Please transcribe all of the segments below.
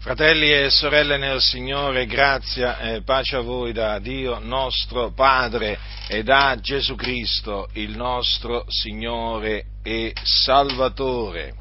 Fratelli e sorelle nel Signore, grazia e pace a voi da Dio nostro Padre e da Gesù Cristo, il nostro Signore e Salvatore.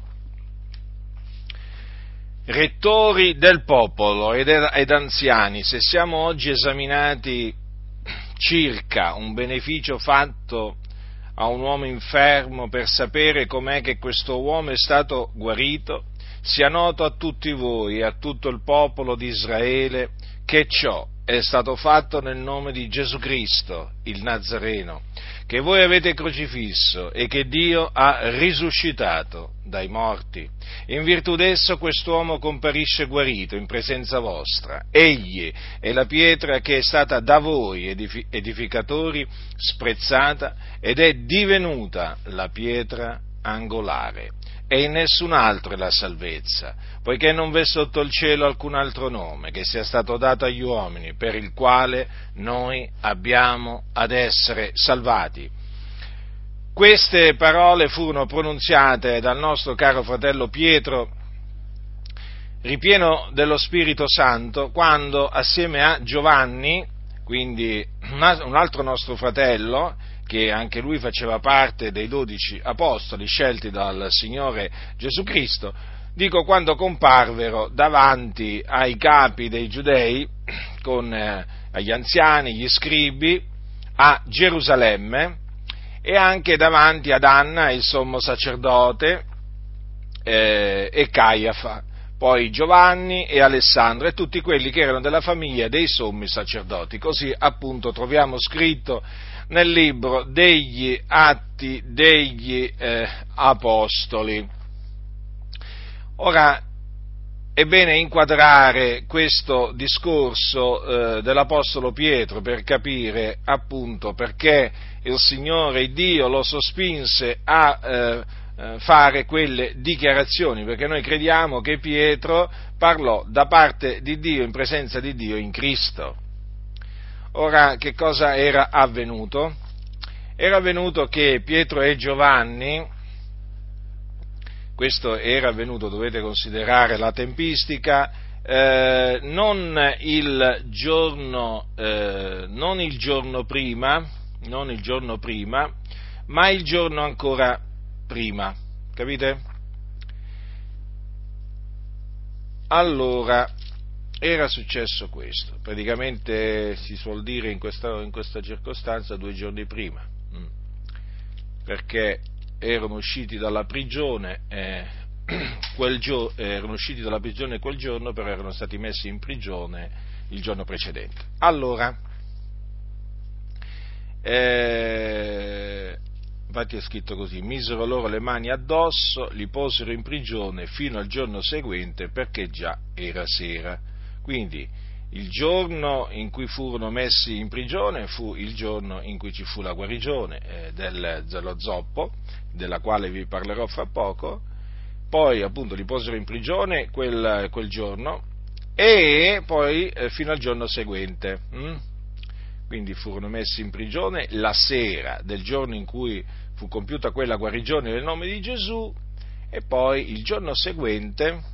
Rettori del popolo ed anziani, se siamo oggi esaminati circa un beneficio fatto a un uomo infermo per sapere com'è che questo uomo è stato guarito, sia noto a tutti voi e a tutto il popolo di Israele che ciò è stato fatto nel nome di Gesù Cristo, il Nazareno, che voi avete crocifisso e che Dio ha risuscitato dai morti. In virtù d'esso quest'uomo comparisce guarito in presenza vostra. Egli è la pietra che è stata da voi edificatori sprezzata ed è divenuta la pietra angolare. E in nessun altro è la salvezza, poiché non v'è sotto il cielo alcun altro nome che sia stato dato agli uomini per il quale noi abbiamo ad essere salvati. Queste parole furono pronunziate dal nostro caro fratello Pietro, ripieno dello Spirito Santo, quando assieme a Giovanni, quindi un altro nostro fratello, che anche lui faceva parte dei 12 apostoli scelti dal Signore Gesù Cristo, quando comparvero davanti ai capi dei giudei, agli anziani, gli scribi, a Gerusalemme, e anche davanti ad Anna, il sommo sacerdote, e Caiafa, poi Giovanni e Alessandro e tutti quelli che erano della famiglia dei sommi sacerdoti. Così appunto troviamo scritto nel libro degli Atti degli Apostoli. Ora, è bene inquadrare questo discorso dell'Apostolo Pietro per capire appunto perché il Signore Dio lo sospinse a fare quelle dichiarazioni, perché noi crediamo che Pietro parlò da parte di Dio, in presenza di Dio in Cristo. Ora, che cosa era avvenuto? Era avvenuto che Pietro e Giovanni, questo era avvenuto, dovete considerare la tempistica, non il giorno prima, ma il giorno ancora prima, capite? Allora, era successo questo, praticamente si suol dire in questa circostanza 2 giorni prima, perché erano usciti dalla prigione quel giorno, però erano stati messi in prigione il giorno precedente. Allora, infatti è scritto così: misero loro le mani addosso, li posero in prigione fino al giorno seguente, perché già era sera. Quindi il giorno in cui furono messi in prigione fu il giorno in cui ci fu la guarigione dello zoppo, della quale vi parlerò fra poco. Poi appunto li posero in prigione quel giorno e poi fino al giorno seguente. Quindi furono messi in prigione la sera del giorno in cui fu compiuta quella guarigione nel nome di Gesù, e poi il giorno seguente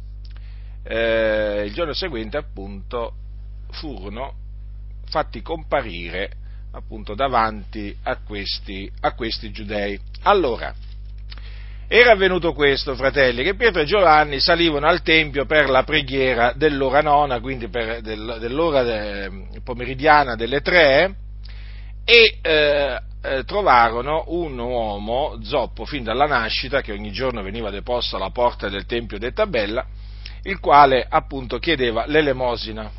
appunto furono fatti comparire appunto davanti a questi giudei. Allora, era avvenuto questo, fratelli, che Pietro e Giovanni salivano al Tempio per la preghiera dell'ora nona, quindi dell'ora pomeridiana delle 3, e trovarono un uomo zoppo fin dalla nascita, che ogni giorno veniva deposto alla porta del Tempio detta Bella, il quale appunto chiedeva l'elemosina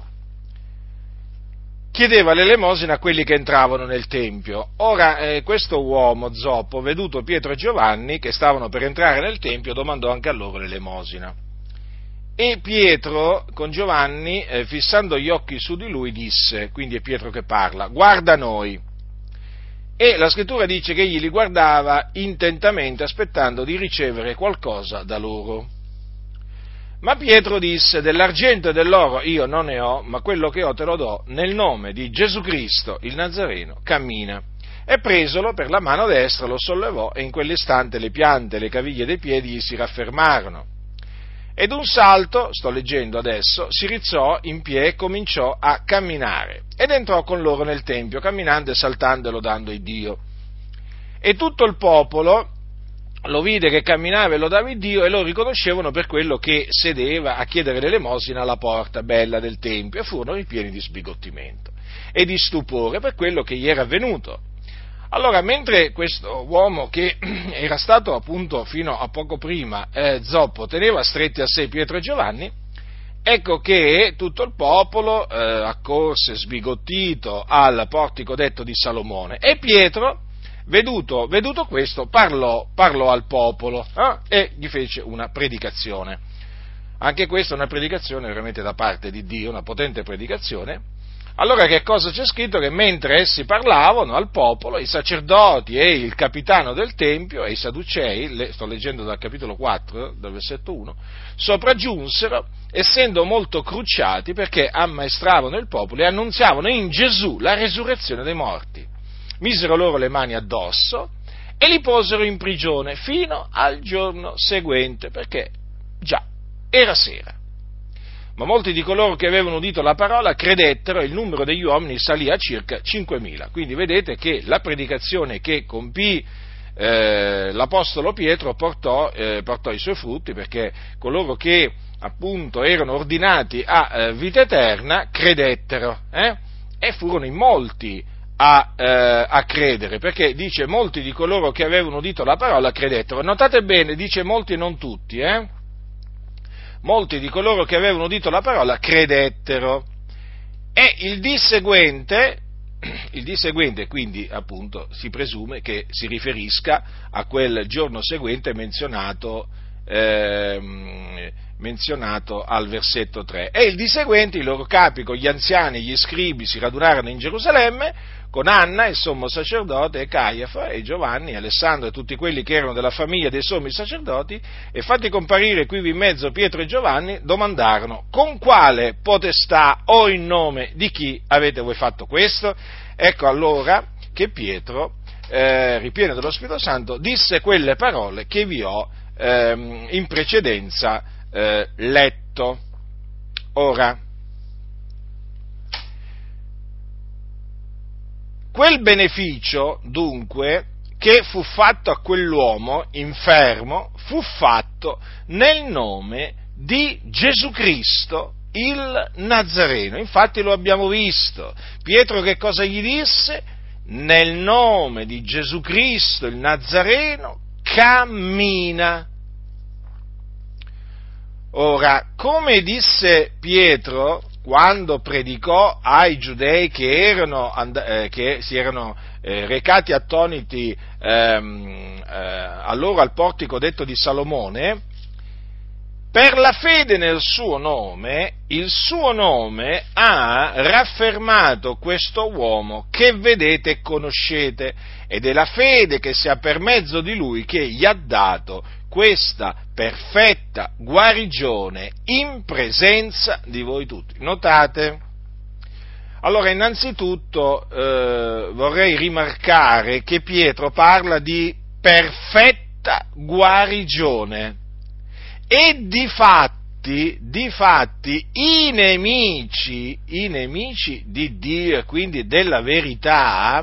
a quelli che entravano nel Tempio. Ora, questo uomo zoppo, veduto Pietro e Giovanni che stavano per entrare nel Tempio, domandò anche a loro l'elemosina. E Pietro con Giovanni, fissando gli occhi su di lui, disse, quindi è Pietro che parla: guarda noi. E la scrittura dice che egli li guardava intentamente, aspettando di ricevere qualcosa da loro. Ma Pietro disse: dell'argento e dell'oro io non ne ho, ma quello che ho te lo do, nel nome di Gesù Cristo, il Nazareno, cammina. E presolo per la mano destra lo sollevò, e in quell'istante le piante e le caviglie dei piedi gli si raffermarono. E d'un salto, sto leggendo adesso, si rizzò in piedi e cominciò a camminare, ed entrò con loro nel Tempio, camminando e saltando e lodando il Dio. E tutto il popolo lo vide che camminava e lodava il Dio, e lo riconoscevano per quello che sedeva a chiedere l'elemosina alla porta bella del Tempio, e furono ripieni di sbigottimento e di stupore per quello che gli era avvenuto. Allora, mentre questo uomo, che era stato appunto fino a poco prima zoppo, teneva stretti a sé Pietro e Giovanni, ecco che tutto il popolo accorse sbigottito al portico detto di Salomone, e Pietro, veduto questo, parlò al popolo e gli fece una predicazione. Anche questa è una predicazione veramente da parte di Dio, una potente predicazione. Allora, che cosa c'è scritto? Che mentre essi parlavano al popolo, i sacerdoti e il capitano del Tempio e i Sadducei, sto leggendo dal capitolo 4, dal versetto 1, sopraggiunsero, essendo molto crucciati, perché ammaestravano il popolo e annunziavano in Gesù la resurrezione dei morti. Misero loro le mani addosso e li posero in prigione fino al giorno seguente, perché già era sera. Ma molti di coloro che avevano udito la parola credettero, e il numero degli uomini salì a circa 5.000. Quindi vedete che la predicazione che compì l'Apostolo Pietro portò i suoi frutti, perché coloro che appunto erano ordinati a vita eterna credettero, e furono in molti a credere, perché dice molti di coloro che avevano udito la parola credettero. Notate bene, dice molti e non tutti, molti di coloro che avevano udito la parola credettero. E il disseguente, quindi appunto si presume che si riferisca a quel giorno seguente menzionato al versetto 3. E il disseguente, i loro capi con gli anziani e gli scribi si radunarono in Gerusalemme con Anna, il sommo sacerdote, e Caiafa, e Giovanni, e Alessandro, e tutti quelli che erano della famiglia dei sommi sacerdoti, e fatti comparire qui in mezzo Pietro e Giovanni, domandarono: con quale potestà o in nome di chi avete voi fatto questo? Ecco allora che Pietro, ripieno dello Spirito Santo, disse quelle parole che vi ho in precedenza letto. Ora, quel beneficio, dunque, che fu fatto a quell'uomo infermo, fu fatto nel nome di Gesù Cristo, il Nazareno. Infatti lo abbiamo visto. Pietro che cosa gli disse? Nel nome di Gesù Cristo, il Nazareno, cammina. Ora, come disse Pietro quando predicò ai giudei che si erano recati attoniti allora al portico detto di Salomone, per la fede nel suo nome, il suo nome ha raffermato questo uomo che vedete e conoscete, ed è la fede che sia per mezzo di lui che gli ha dato questa perfetta guarigione in presenza di voi tutti. Notate? Allora, innanzitutto vorrei rimarcare che Pietro parla di perfetta guarigione. E difatti i nemici di Dio e quindi della verità,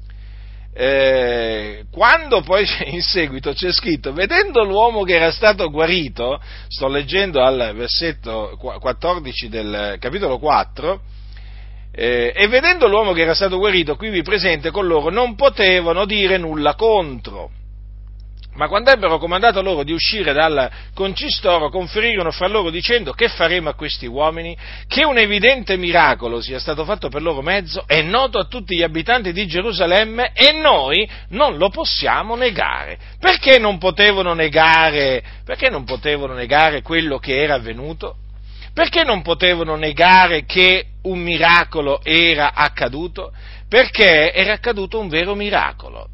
quando poi in seguito c'è scritto, vedendo l'uomo che era stato guarito, sto leggendo al versetto 14 del capitolo 4, e vedendo l'uomo che era stato guarito, qui presente con loro, non potevano dire nulla contro. Ma quando ebbero comandato loro di uscire dal concistoro, conferirono fra loro dicendo: che faremo a questi uomini? Che un evidente miracolo sia stato fatto per loro mezzo è noto a tutti gli abitanti di Gerusalemme, e noi non lo possiamo negare. Perché non potevano negare quello che era avvenuto? Perché non potevano negare che un miracolo era accaduto? Perché era accaduto un vero miracolo.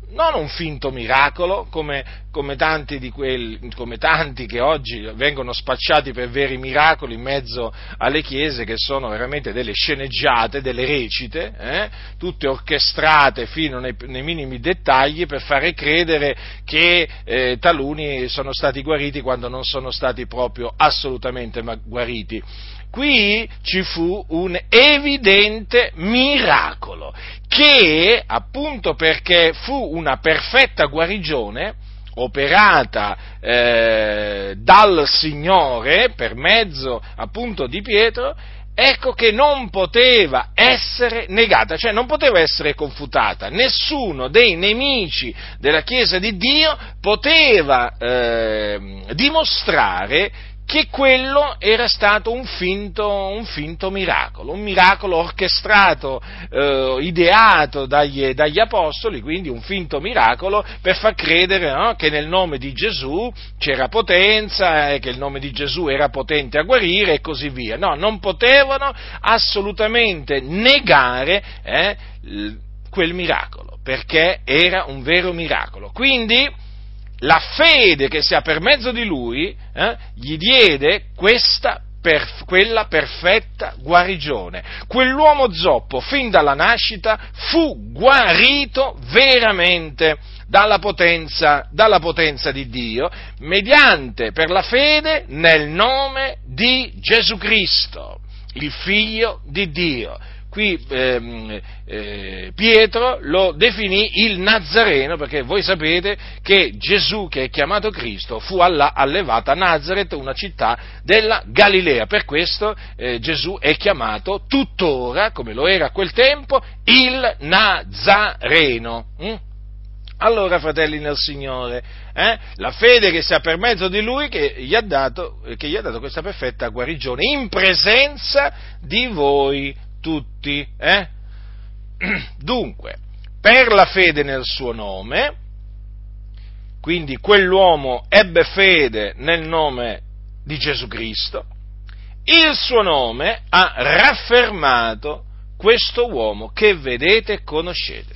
non un finto miracolo, come tanti che oggi vengono spacciati per veri miracoli in mezzo alle chiese, che sono veramente delle sceneggiate, delle recite, tutte orchestrate fino nei minimi dettagli per fare credere che taluni sono stati guariti quando non sono stati proprio assolutamente guariti. Qui ci fu un evidente miracolo, che appunto perché fu una perfetta guarigione operata dal Signore per mezzo appunto di Pietro, ecco che non poteva essere negata, cioè non poteva essere confutata. Nessuno dei nemici della Chiesa di Dio poteva dimostrare che quello era stato un finto miracolo, un miracolo orchestrato, ideato dagli apostoli, quindi un finto miracolo per far credere, no, che nel nome di Gesù c'era potenza, che il nome di Gesù era potente a guarire e così via. No, non potevano assolutamente negare quel miracolo, perché era un vero miracolo. Quindi la fede che si ha per mezzo di lui gli diede quella perfetta guarigione. Quell'uomo zoppo fin dalla nascita fu guarito veramente dalla potenza di Dio, per la fede nel nome di Gesù Cristo, il Figlio di Dio. Qui Pietro lo definì il Nazareno, perché voi sapete che Gesù, che è chiamato Cristo, fu allevato a Nazaret, una città della Galilea. Per questo Gesù è chiamato tuttora, come lo era a quel tempo, il Nazareno. Allora, fratelli nel Signore, la fede che si ha per mezzo di Lui, che gli ha dato questa perfetta guarigione in presenza di voi tutti. Dunque, per la fede nel suo nome, quindi quell'uomo ebbe fede nel nome di Gesù Cristo, il suo nome ha raffermato questo uomo che vedete e conoscete.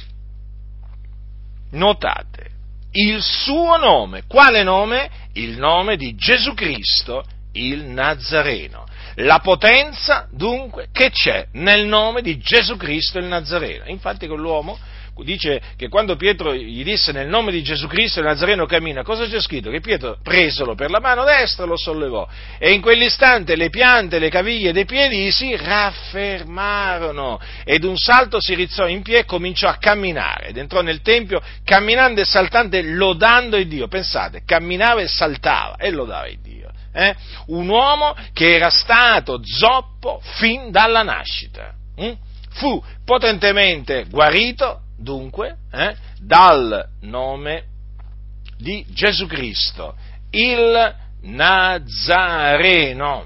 Notate, il suo nome, quale nome? Il nome di Gesù Cristo, il Nazareno. La potenza, dunque, che c'è nel nome di Gesù Cristo il Nazareno. Infatti quell'uomo dice che quando Pietro gli disse nel nome di Gesù Cristo il Nazareno cammina, cosa c'è scritto? Che Pietro presolo per la mano destra lo sollevò e in quell'istante le piante, le caviglie dei piedi si raffermarono ed d'un salto si rizzò in piedi e cominciò a camminare ed entrò nel Tempio camminando e saltando e lodando il Dio. Pensate, camminava e saltava e lodava il Dio. Un uomo che era stato zoppo fin dalla nascita, fu potentemente guarito, dunque, dal nome di Gesù Cristo, il Nazareno.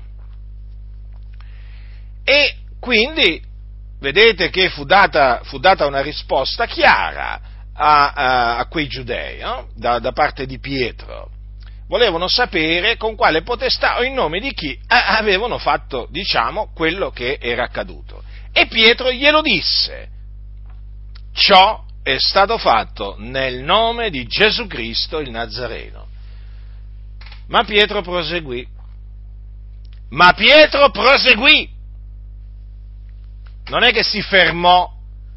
E quindi vedete che fu data una risposta chiara a quei giudei, no? da parte di Pietro. Volevano sapere con quale potestà o in nome di chi avevano fatto, quello che era accaduto. E Pietro glielo disse: ciò è stato fatto nel nome di Gesù Cristo il Nazareno. Ma Pietro proseguì. Non è che si fermò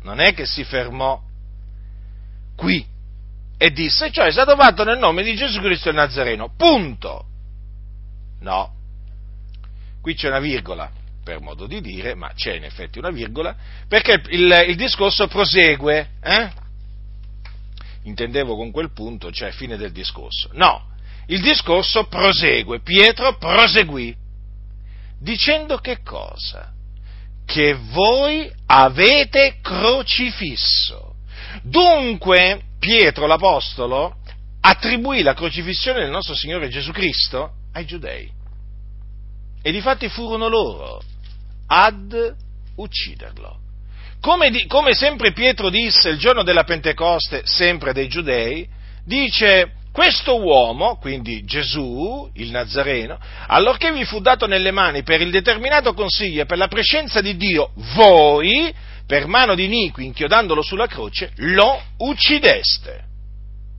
qui. E disse, cioè è stato fatto nel nome di Gesù Cristo il Nazareno, punto. No, qui c'è una virgola, per modo di dire, ma c'è in effetti una virgola, perché il discorso prosegue, Intendevo con quel punto, cioè fine del discorso. No, il discorso prosegue, Pietro proseguì, dicendo che cosa? Che voi avete crocifisso. Dunque, Pietro l'Apostolo attribuì la crocifissione del nostro Signore Gesù Cristo ai giudei. E difatti furono loro ad ucciderlo. Come sempre Pietro disse il giorno della Pentecoste, sempre dei giudei, dice: questo uomo, quindi Gesù, il Nazareno, allorché vi fu dato nelle mani per il determinato consiglio e per la prescenza di Dio, voi, per mano di iniqui, inchiodandolo sulla croce, lo uccideste.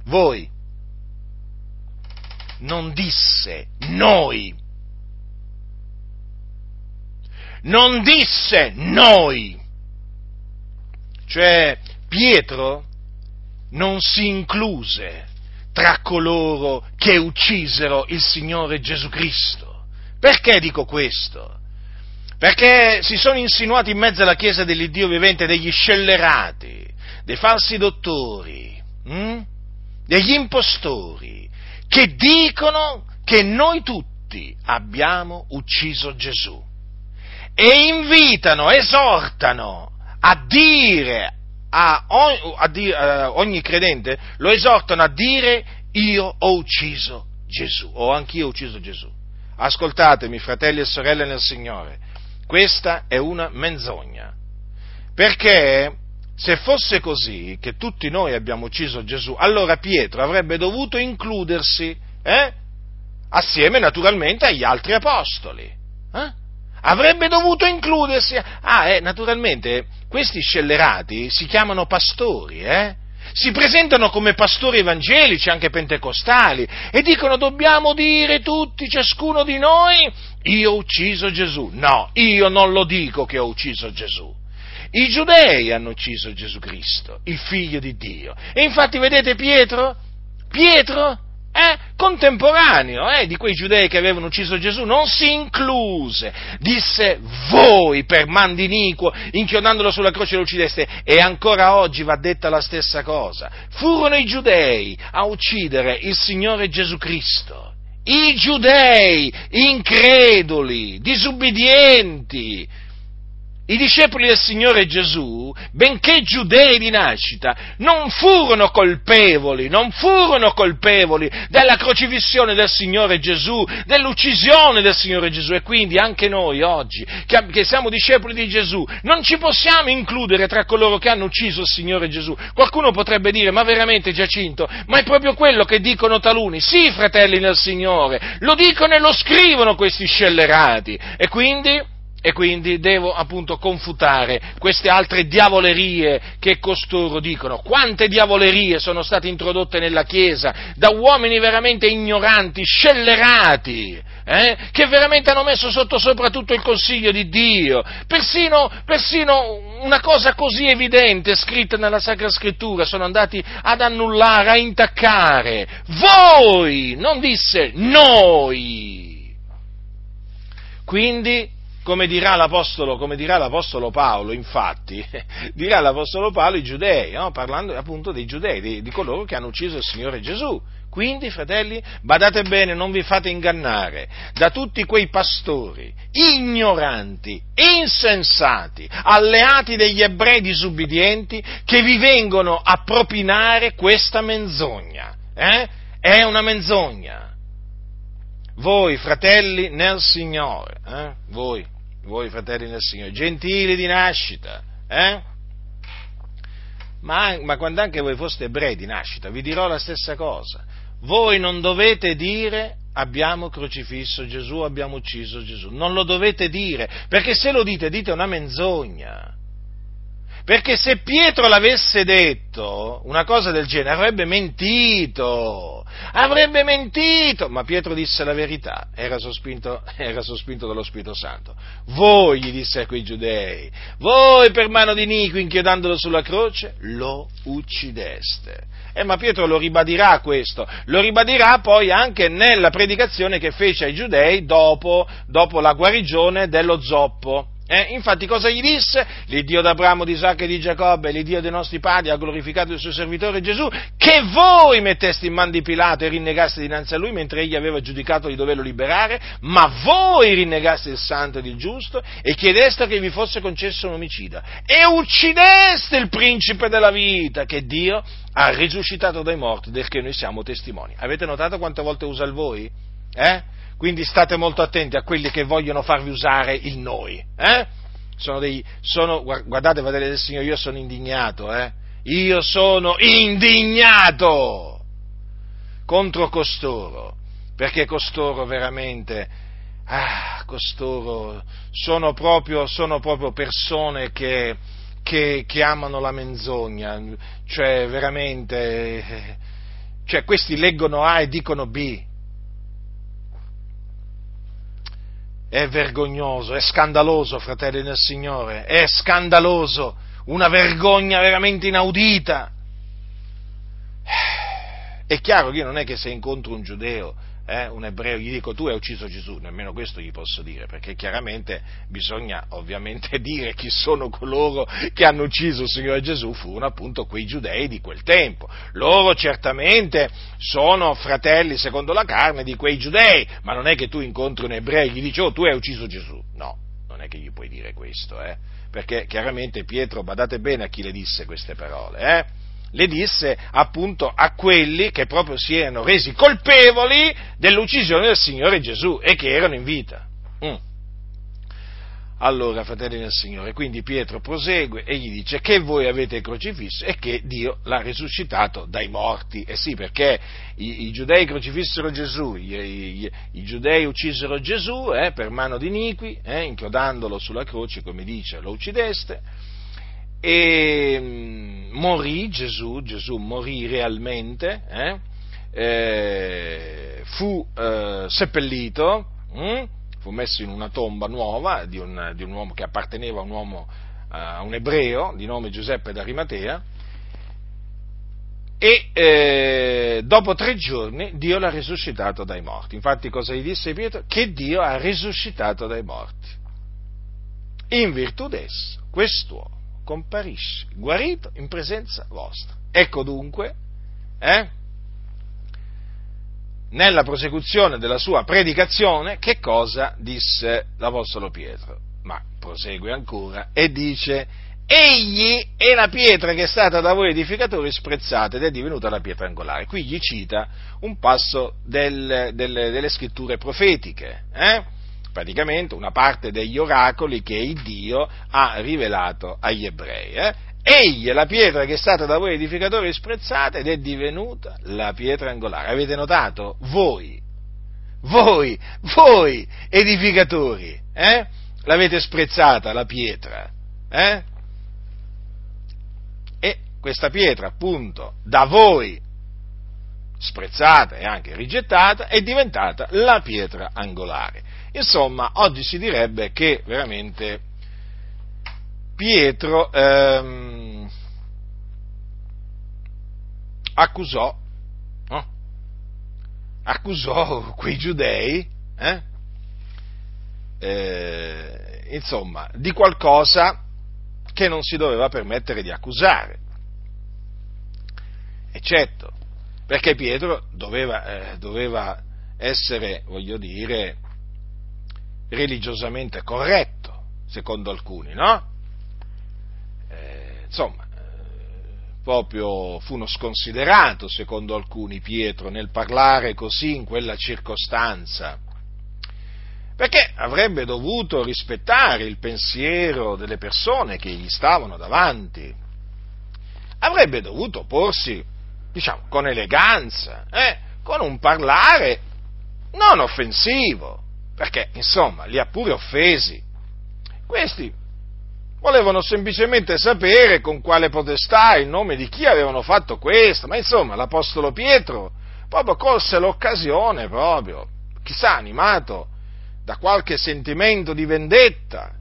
Voi. Non disse noi. Non disse noi. Cioè, Pietro non si incluse tra coloro che uccisero il Signore Gesù Cristo. Perché dico questo? Perché si sono insinuati in mezzo alla Chiesa dell'Iddio vivente degli scellerati, dei falsi dottori, degli impostori, che dicono che noi tutti abbiamo ucciso Gesù e invitano, esortano a dire a ogni credente, lo esortano a dire: io ho ucciso Gesù, o anch'io ho ucciso Gesù. Ascoltatemi, fratelli e sorelle nel Signore, questa è una menzogna, perché se fosse così, che tutti noi abbiamo ucciso Gesù, allora Pietro avrebbe dovuto includersi, assieme naturalmente agli altri apostoli, avrebbe dovuto includersi. Naturalmente questi scellerati si chiamano pastori, si presentano come pastori evangelici, anche pentecostali, e dicono: dobbiamo dire tutti, ciascuno di noi: io ho ucciso Gesù. No, io non lo dico che ho ucciso Gesù. I giudei hanno ucciso Gesù Cristo, il Figlio di Dio. E infatti vedete Pietro, contemporaneo di quei giudei che avevano ucciso Gesù, non si incluse, disse: voi per man di iniquo, inchiodandolo sulla croce lo uccideste. E ancora oggi va detta la stessa cosa. Furono i giudei a uccidere il Signore Gesù Cristo, i giudei increduli, disubbidienti. I discepoli del Signore Gesù, benché giudei di nascita, non furono colpevoli della crocifissione del Signore Gesù, dell'uccisione del Signore Gesù, e quindi anche noi oggi, che siamo discepoli di Gesù, non ci possiamo includere tra coloro che hanno ucciso il Signore Gesù. Qualcuno potrebbe dire: ma veramente, Giacinto, ma è proprio quello che dicono taluni? Sì, fratelli nel Signore, lo dicono e lo scrivono questi scellerati, e quindi devo appunto confutare queste altre diavolerie che costoro dicono. Quante diavolerie sono state introdotte nella Chiesa da uomini veramente ignoranti, scellerati, che veramente hanno messo sopra tutto il consiglio di Dio, persino una cosa così evidente scritta nella Sacra Scrittura sono andati ad annullare, a intaccare. Voi, non disse noi. Quindi, come dirà l'Apostolo Paolo, infatti, dirà l'Apostolo Paolo i giudei, parlando appunto dei giudei, di coloro che hanno ucciso il Signore Gesù. Quindi, fratelli, badate bene, non vi fate ingannare da tutti quei pastori ignoranti, insensati, alleati degli ebrei disubbidienti, che vi vengono a propinare questa menzogna. È una menzogna. Voi fratelli nel Signore, voi fratelli nel Signore, gentili di nascita, ma quando anche voi foste ebrei di nascita, vi dirò la stessa cosa. Voi non dovete dire: abbiamo crocifisso Gesù, abbiamo ucciso Gesù. Non lo dovete dire, perché se lo dite una menzogna. Perché se Pietro l'avesse detto una cosa del genere avrebbe mentito, ma Pietro disse la verità, era sospinto dallo Spirito Santo. Voi, gli disse a quei giudei, voi per mano di iniqui, inchiodandolo sulla croce, lo uccideste. Ma Pietro lo ribadirà questo, lo ribadirà poi anche nella predicazione che fece ai giudei dopo la guarigione dello zoppo. Infatti cosa gli disse? L'Iddio d'Abramo, di Isacco e di Giacobbe, l'Iddio dei nostri padri, ha glorificato il suo servitore Gesù, che voi metteste in man di Pilato e rinnegaste dinanzi a lui mentre egli aveva giudicato di doverlo liberare, ma voi rinnegaste il santo ed il giusto e chiedeste che vi fosse concesso un omicida e uccideste il principe della vita che Dio ha risuscitato dai morti, del che noi siamo testimoni. Avete notato quante volte usa il voi? Quindi state molto attenti a quelli che vogliono farvi usare il noi. Guardate, fratelli del Signore, io sono indignato, Io sono indignato contro costoro, perché costoro veramente, costoro sono proprio persone che amano la menzogna, cioè veramente Cioè, questi leggono A e dicono B. È vergognoso, è scandaloso, fratelli del Signore, è scandaloso, una vergogna veramente inaudita. È chiaro che io non è che se incontro un giudeo, un ebreo, gli dico tu hai ucciso Gesù, nemmeno questo gli posso dire, perché chiaramente bisogna ovviamente dire chi sono coloro che hanno ucciso il Signore Gesù, furono appunto quei giudei di quel tempo. Loro certamente sono fratelli secondo la carne di quei giudei, ma non è che tu incontri un ebreo e gli dici oh tu hai ucciso Gesù, no, non è che gli puoi dire questo, perché chiaramente Pietro, badate bene a chi le disse queste parole, le disse appunto a quelli che proprio si erano resi colpevoli dell'uccisione del Signore Gesù e che erano in vita. Allora, fratelli del Signore, quindi Pietro prosegue e gli dice che voi avete crocifisso e che Dio l'ha risuscitato dai morti. Eh sì, perché i giudei crocifissero Gesù, i giudei uccisero Gesù per mano di iniqui, inchiodandolo sulla croce, come dice, lo uccideste. E morì Gesù morì realmente, fu seppellito, fu messo in una tomba nuova di un uomo che apparteneva a un ebreo di nome Giuseppe d'Arimatea, e dopo 3 giorni Dio l'ha risuscitato dai morti. Infatti cosa gli disse Pietro? Che Dio ha risuscitato dai morti. In virtù d'esso, quest'uomo comparisce guarito in presenza vostra. Ecco dunque, nella prosecuzione della sua predicazione, che cosa disse l'Apostolo Pietro? Ma prosegue ancora e dice: egli è la pietra che è stata da voi edificatori sprezzata ed è divenuta la pietra angolare. Qui gli cita un passo delle scritture profetiche, praticamente una parte degli oracoli che il Dio ha rivelato agli ebrei. Egli è la pietra che è stata da voi edificatori sprezzata ed è divenuta la pietra angolare. Avete notato? Voi edificatori, l'avete sprezzata la pietra, e questa pietra appunto da voi sprezzata e anche rigettata è diventata la pietra angolare. Insomma, oggi si direbbe che veramente Pietro accusò quei giudei, insomma, di qualcosa che non si doveva permettere di accusare. E certo, perché Pietro doveva essere, voglio dire, religiosamente corretto, secondo alcuni, no? Proprio fu uno sconsiderato, secondo alcuni, Pietro, nel parlare così in quella circostanza, perché avrebbe dovuto rispettare il pensiero delle persone che gli stavano davanti, avrebbe dovuto porsi, con eleganza, con un parlare non offensivo, perché, insomma, li ha pure offesi. Questi volevano semplicemente sapere con quale potestà, in nome di chi avevano fatto questo, ma insomma l'Apostolo Pietro proprio colse l'occasione proprio, chissà, animato da qualche sentimento di vendetta,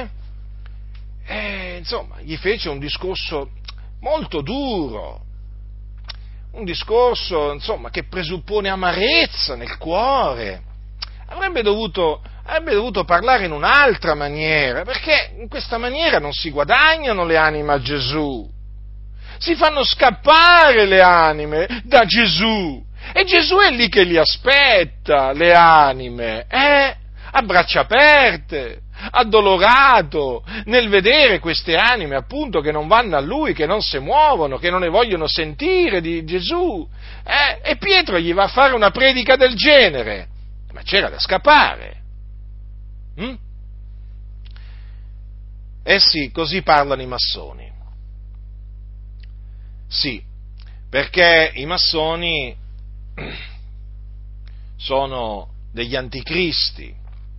insomma, gli fece un discorso molto duro, un discorso, insomma, che presuppone amarezza nel cuore. Avrebbe dovuto parlare in un'altra maniera, perché in questa maniera non si guadagnano le anime a Gesù, si fanno scappare le anime da Gesù, e Gesù è lì che li aspetta, le anime, a braccia aperte, addolorato nel vedere queste anime appunto che non vanno a Lui, che non si muovono, che non ne vogliono sentire di Gesù, e Pietro gli va a fare una predica del genere. Ma c'era da scappare. Sì, così parlano i massoni. Sì, perché i massoni sono degli anticristi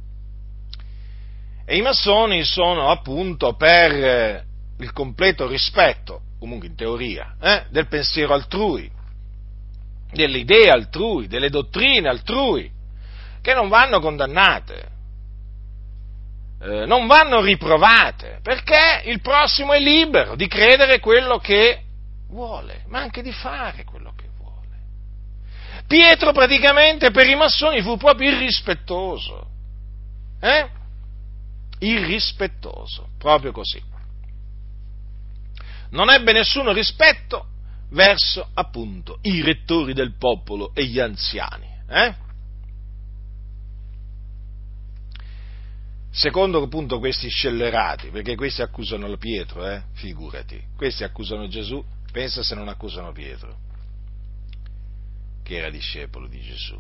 e i massoni sono appunto per il completo rispetto, comunque in teoria, del pensiero altrui. delle idee altrui, delle dottrine altrui, che non vanno condannate, non vanno riprovate, perché il prossimo è libero di credere quello che vuole, ma anche di fare quello che vuole. Pietro praticamente per i massoni fu proprio irrispettoso, irrispettoso, proprio così. Non ebbe nessuno rispetto verso, appunto, i rettori del popolo e gli anziani. Secondo, appunto, questi scellerati, perché questi accusano Pietro, figurati, questi accusano Gesù, pensa se non accusano Pietro, che era discepolo di Gesù.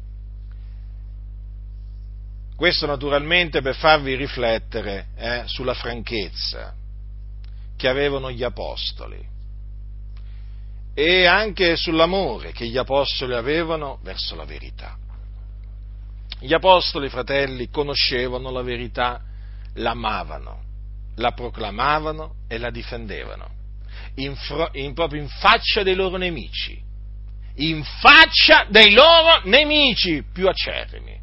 Questo naturalmente per farvi riflettere sulla franchezza che avevano gli apostoli e anche sull'amore che gli apostoli avevano verso la verità. Gli apostoli, fratelli, conoscevano la verità, l'amavano, la proclamavano e la difendevano, proprio in faccia dei loro nemici, in faccia dei loro nemici più acerrimi.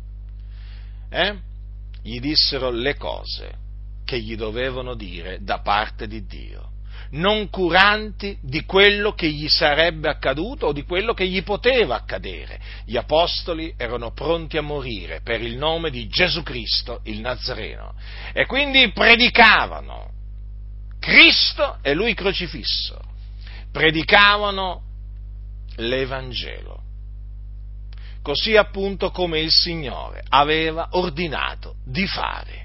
Gli dissero le cose che gli dovevano dire da parte di Dio, non curanti di quello che gli sarebbe accaduto o di quello che gli poteva accadere. Gli apostoli erano pronti a morire per il nome di Gesù Cristo, il Nazareno, e quindi predicavano Cristo e Lui crocifisso, predicavano l'Evangelo, così appunto come il Signore aveva ordinato di fare.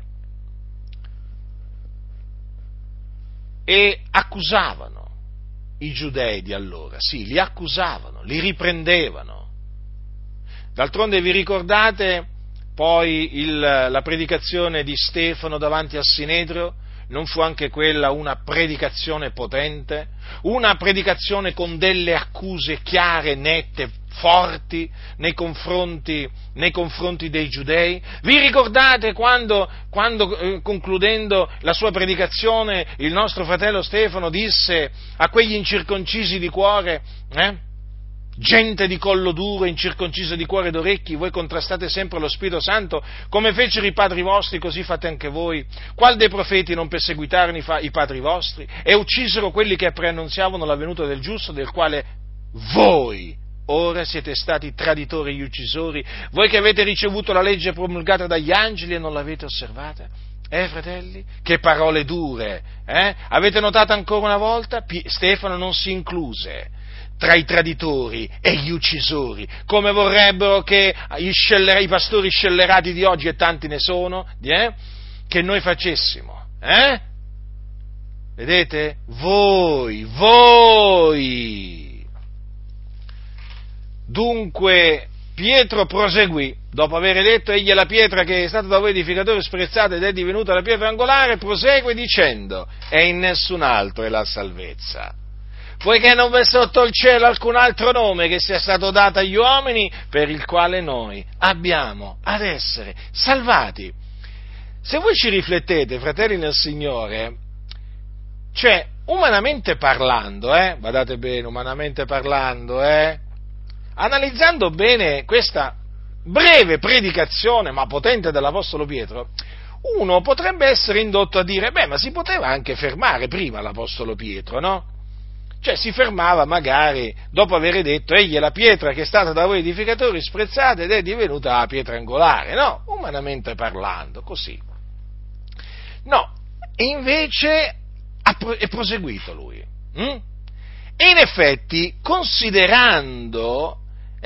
E accusavano i giudei di allora, sì, li accusavano, li riprendevano. D'altronde vi ricordate poi la predicazione di Stefano davanti al Sinedrio? Non fu anche quella una predicazione potente? Una predicazione con delle accuse chiare, nette, forti nei confronti dei giudei? Vi ricordate quando concludendo la sua predicazione il nostro fratello Stefano disse a quegli incirconcisi di cuore, gente di collo duro, incirconcisa di cuore ed orecchi, voi contrastate sempre lo Spirito Santo, come fecero i padri vostri, così fate anche voi. Qual dei profeti non perseguitarono i padri vostri e uccisero quelli che preannunziavano la venuta del giusto, del quale voi ora siete stati traditori e uccisori, voi che avete ricevuto la legge promulgata dagli angeli e non l'avete osservata? Fratelli? Che parole dure, Avete notato ancora una volta? Stefano non si incluse tra i traditori e gli uccisori, come vorrebbero che i pastori scellerati di oggi, e tanti ne sono, che noi facessimo, Vedete? Voi! Dunque, Pietro proseguì, dopo aver detto, egli è la pietra che è stata da voi edificatore sprezzata ed è divenuta la pietra angolare, prosegue dicendo, e in nessun altro è la salvezza, poiché non v'è sotto il cielo alcun altro nome che sia stato dato agli uomini per il quale noi abbiamo ad essere salvati. Se voi ci riflettete, fratelli nel Signore, cioè, umanamente parlando, badate bene, umanamente parlando, analizzando bene questa breve predicazione, ma potente dell'Apostolo Pietro, uno potrebbe essere indotto a dire, ma si poteva anche fermare prima l'Apostolo Pietro, no? Cioè si fermava magari dopo aver detto, egli è la pietra che è stata da voi edificatori sprezzata ed è divenuta la pietra angolare, no? Umanamente parlando, così. No, e invece è proseguito lui. E in effetti, considerando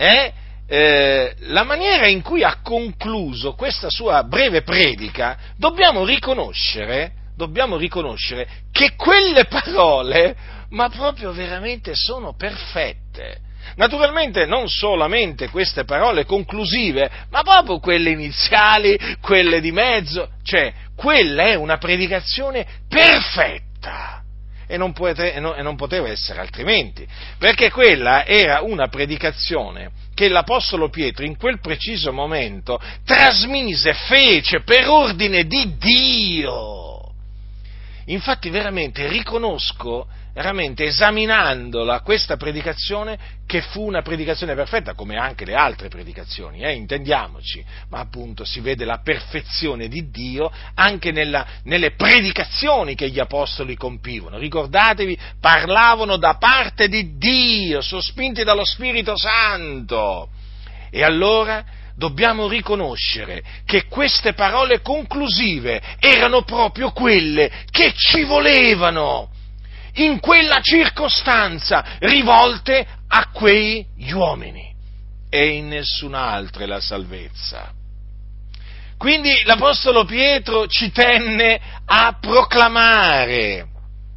la maniera in cui ha concluso questa sua breve predica, dobbiamo riconoscere che quelle parole, ma proprio veramente sono perfette. Naturalmente non solamente queste parole conclusive, ma proprio quelle iniziali, quelle di mezzo, cioè quella è una predicazione perfetta. E non poteva essere altrimenti, perché quella era una predicazione che l'Apostolo Pietro in quel preciso momento trasmise, fece per ordine di Dio. Infatti veramente riconosco, veramente esaminandola, questa predicazione, che fu una predicazione perfetta, come anche le altre predicazioni, intendiamoci, ma appunto si vede la perfezione di Dio anche nelle predicazioni che gli apostoli compivano. Ricordatevi, parlavano da parte di Dio, sospinti dallo Spirito Santo. E allora dobbiamo riconoscere che queste parole conclusive erano proprio quelle che ci volevano in quella circostanza, rivolte a quegli uomini, e in nessun'altra è la salvezza. Quindi l'Apostolo Pietro ci tenne a proclamare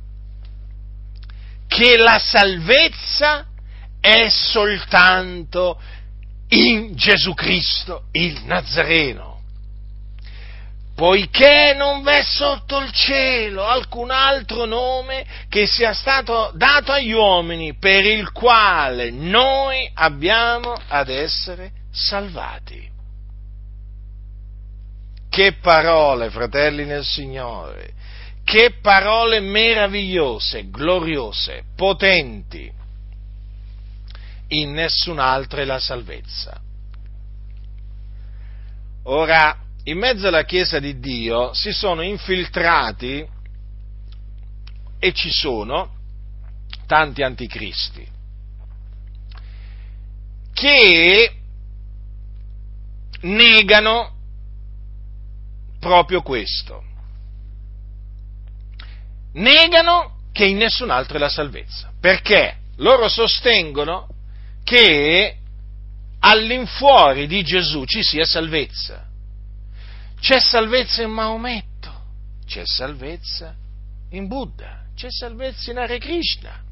che la salvezza è soltanto in Gesù Cristo il Nazareno, poiché non v'è sotto il cielo alcun altro nome che sia stato dato agli uomini per il quale noi abbiamo ad essere salvati. Che parole, fratelli nel Signore, che parole meravigliose, gloriose, potenti. In nessun'altra è la salvezza. Ora, in mezzo alla Chiesa di Dio si sono infiltrati, e ci sono, tanti anticristi, che negano proprio questo. Negano che in nessun'altra è la salvezza. Perché? Loro sostengono che all'infuori di Gesù ci sia salvezza. C'è salvezza in Maometto, c'è salvezza in Buddha, c'è salvezza in Hare Krishna,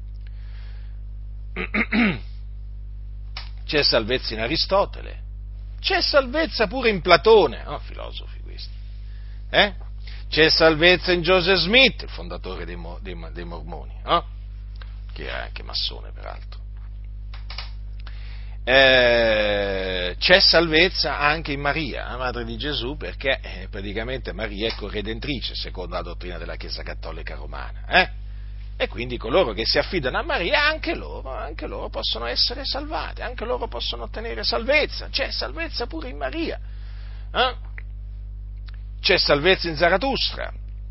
c'è salvezza in Aristotele, c'è salvezza pure in Platone, filosofi questi, C'è salvezza in Joseph Smith, il fondatore dei Mormoni, che era anche massone peraltro. C'è salvezza anche in Maria, la madre di Gesù, perché praticamente Maria è corredentrice secondo la dottrina della Chiesa Cattolica Romana, e quindi coloro che si affidano a Maria, anche loro possono essere salvati, anche loro possono ottenere salvezza. C'è salvezza pure in Maria, c'è salvezza in Zarathustra,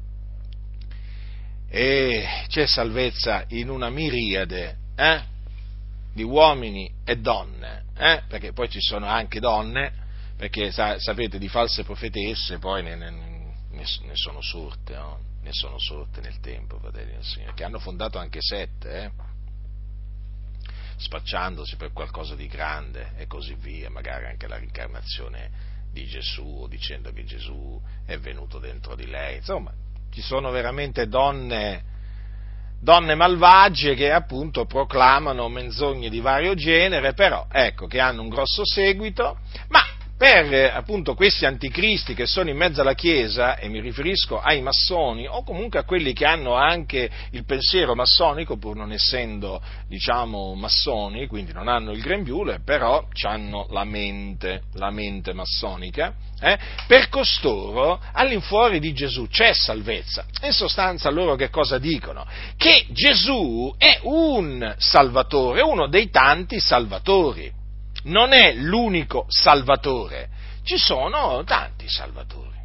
e c'è salvezza in una miriade di uomini e donne, perché poi ci sono anche donne, perché sapete, di false profetesse poi ne sono sorte, ne sono sorte nel tempo, fratelli del Signore, che hanno fondato anche sette, spacciandosi per qualcosa di grande e così via, magari anche la rincarnazione di Gesù, o dicendo che Gesù è venuto dentro di lei. Insomma, ci sono veramente donne malvagie che appunto proclamano menzogne di vario genere, però ecco, che hanno un grosso seguito, ma per appunto questi anticristi che sono in mezzo alla Chiesa, e mi riferisco ai massoni o comunque a quelli che hanno anche il pensiero massonico, pur non essendo, diciamo, massoni, quindi non hanno il grembiule, però hanno la mente massonica, per costoro all'infuori di Gesù c'è salvezza. In sostanza loro che cosa dicono? Che Gesù è un Salvatore, uno dei tanti Salvatori. Non è l'unico Salvatore, ci sono tanti Salvatori.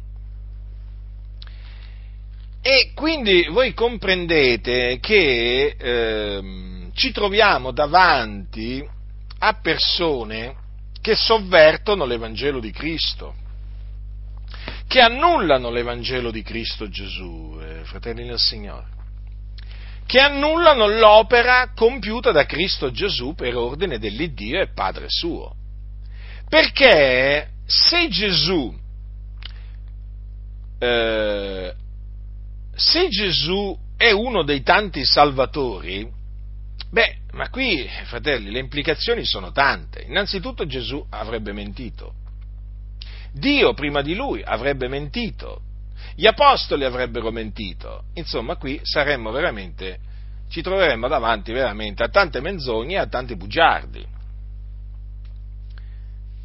E quindi voi comprendete che ci troviamo davanti a persone che sovvertono l'Evangelo di Cristo, che annullano l'Evangelo di Cristo Gesù, fratelli del Signore, che annullano l'opera compiuta da Cristo Gesù per ordine dell'Iddio e Padre suo. Perché se Gesù è uno dei tanti salvatori, ma qui, fratelli, le implicazioni sono tante. Innanzitutto Gesù avrebbe mentito, Dio prima di lui avrebbe mentito, gli apostoli avrebbero mentito, insomma qui ci troveremmo davanti veramente a tante menzogne e a tanti bugiardi.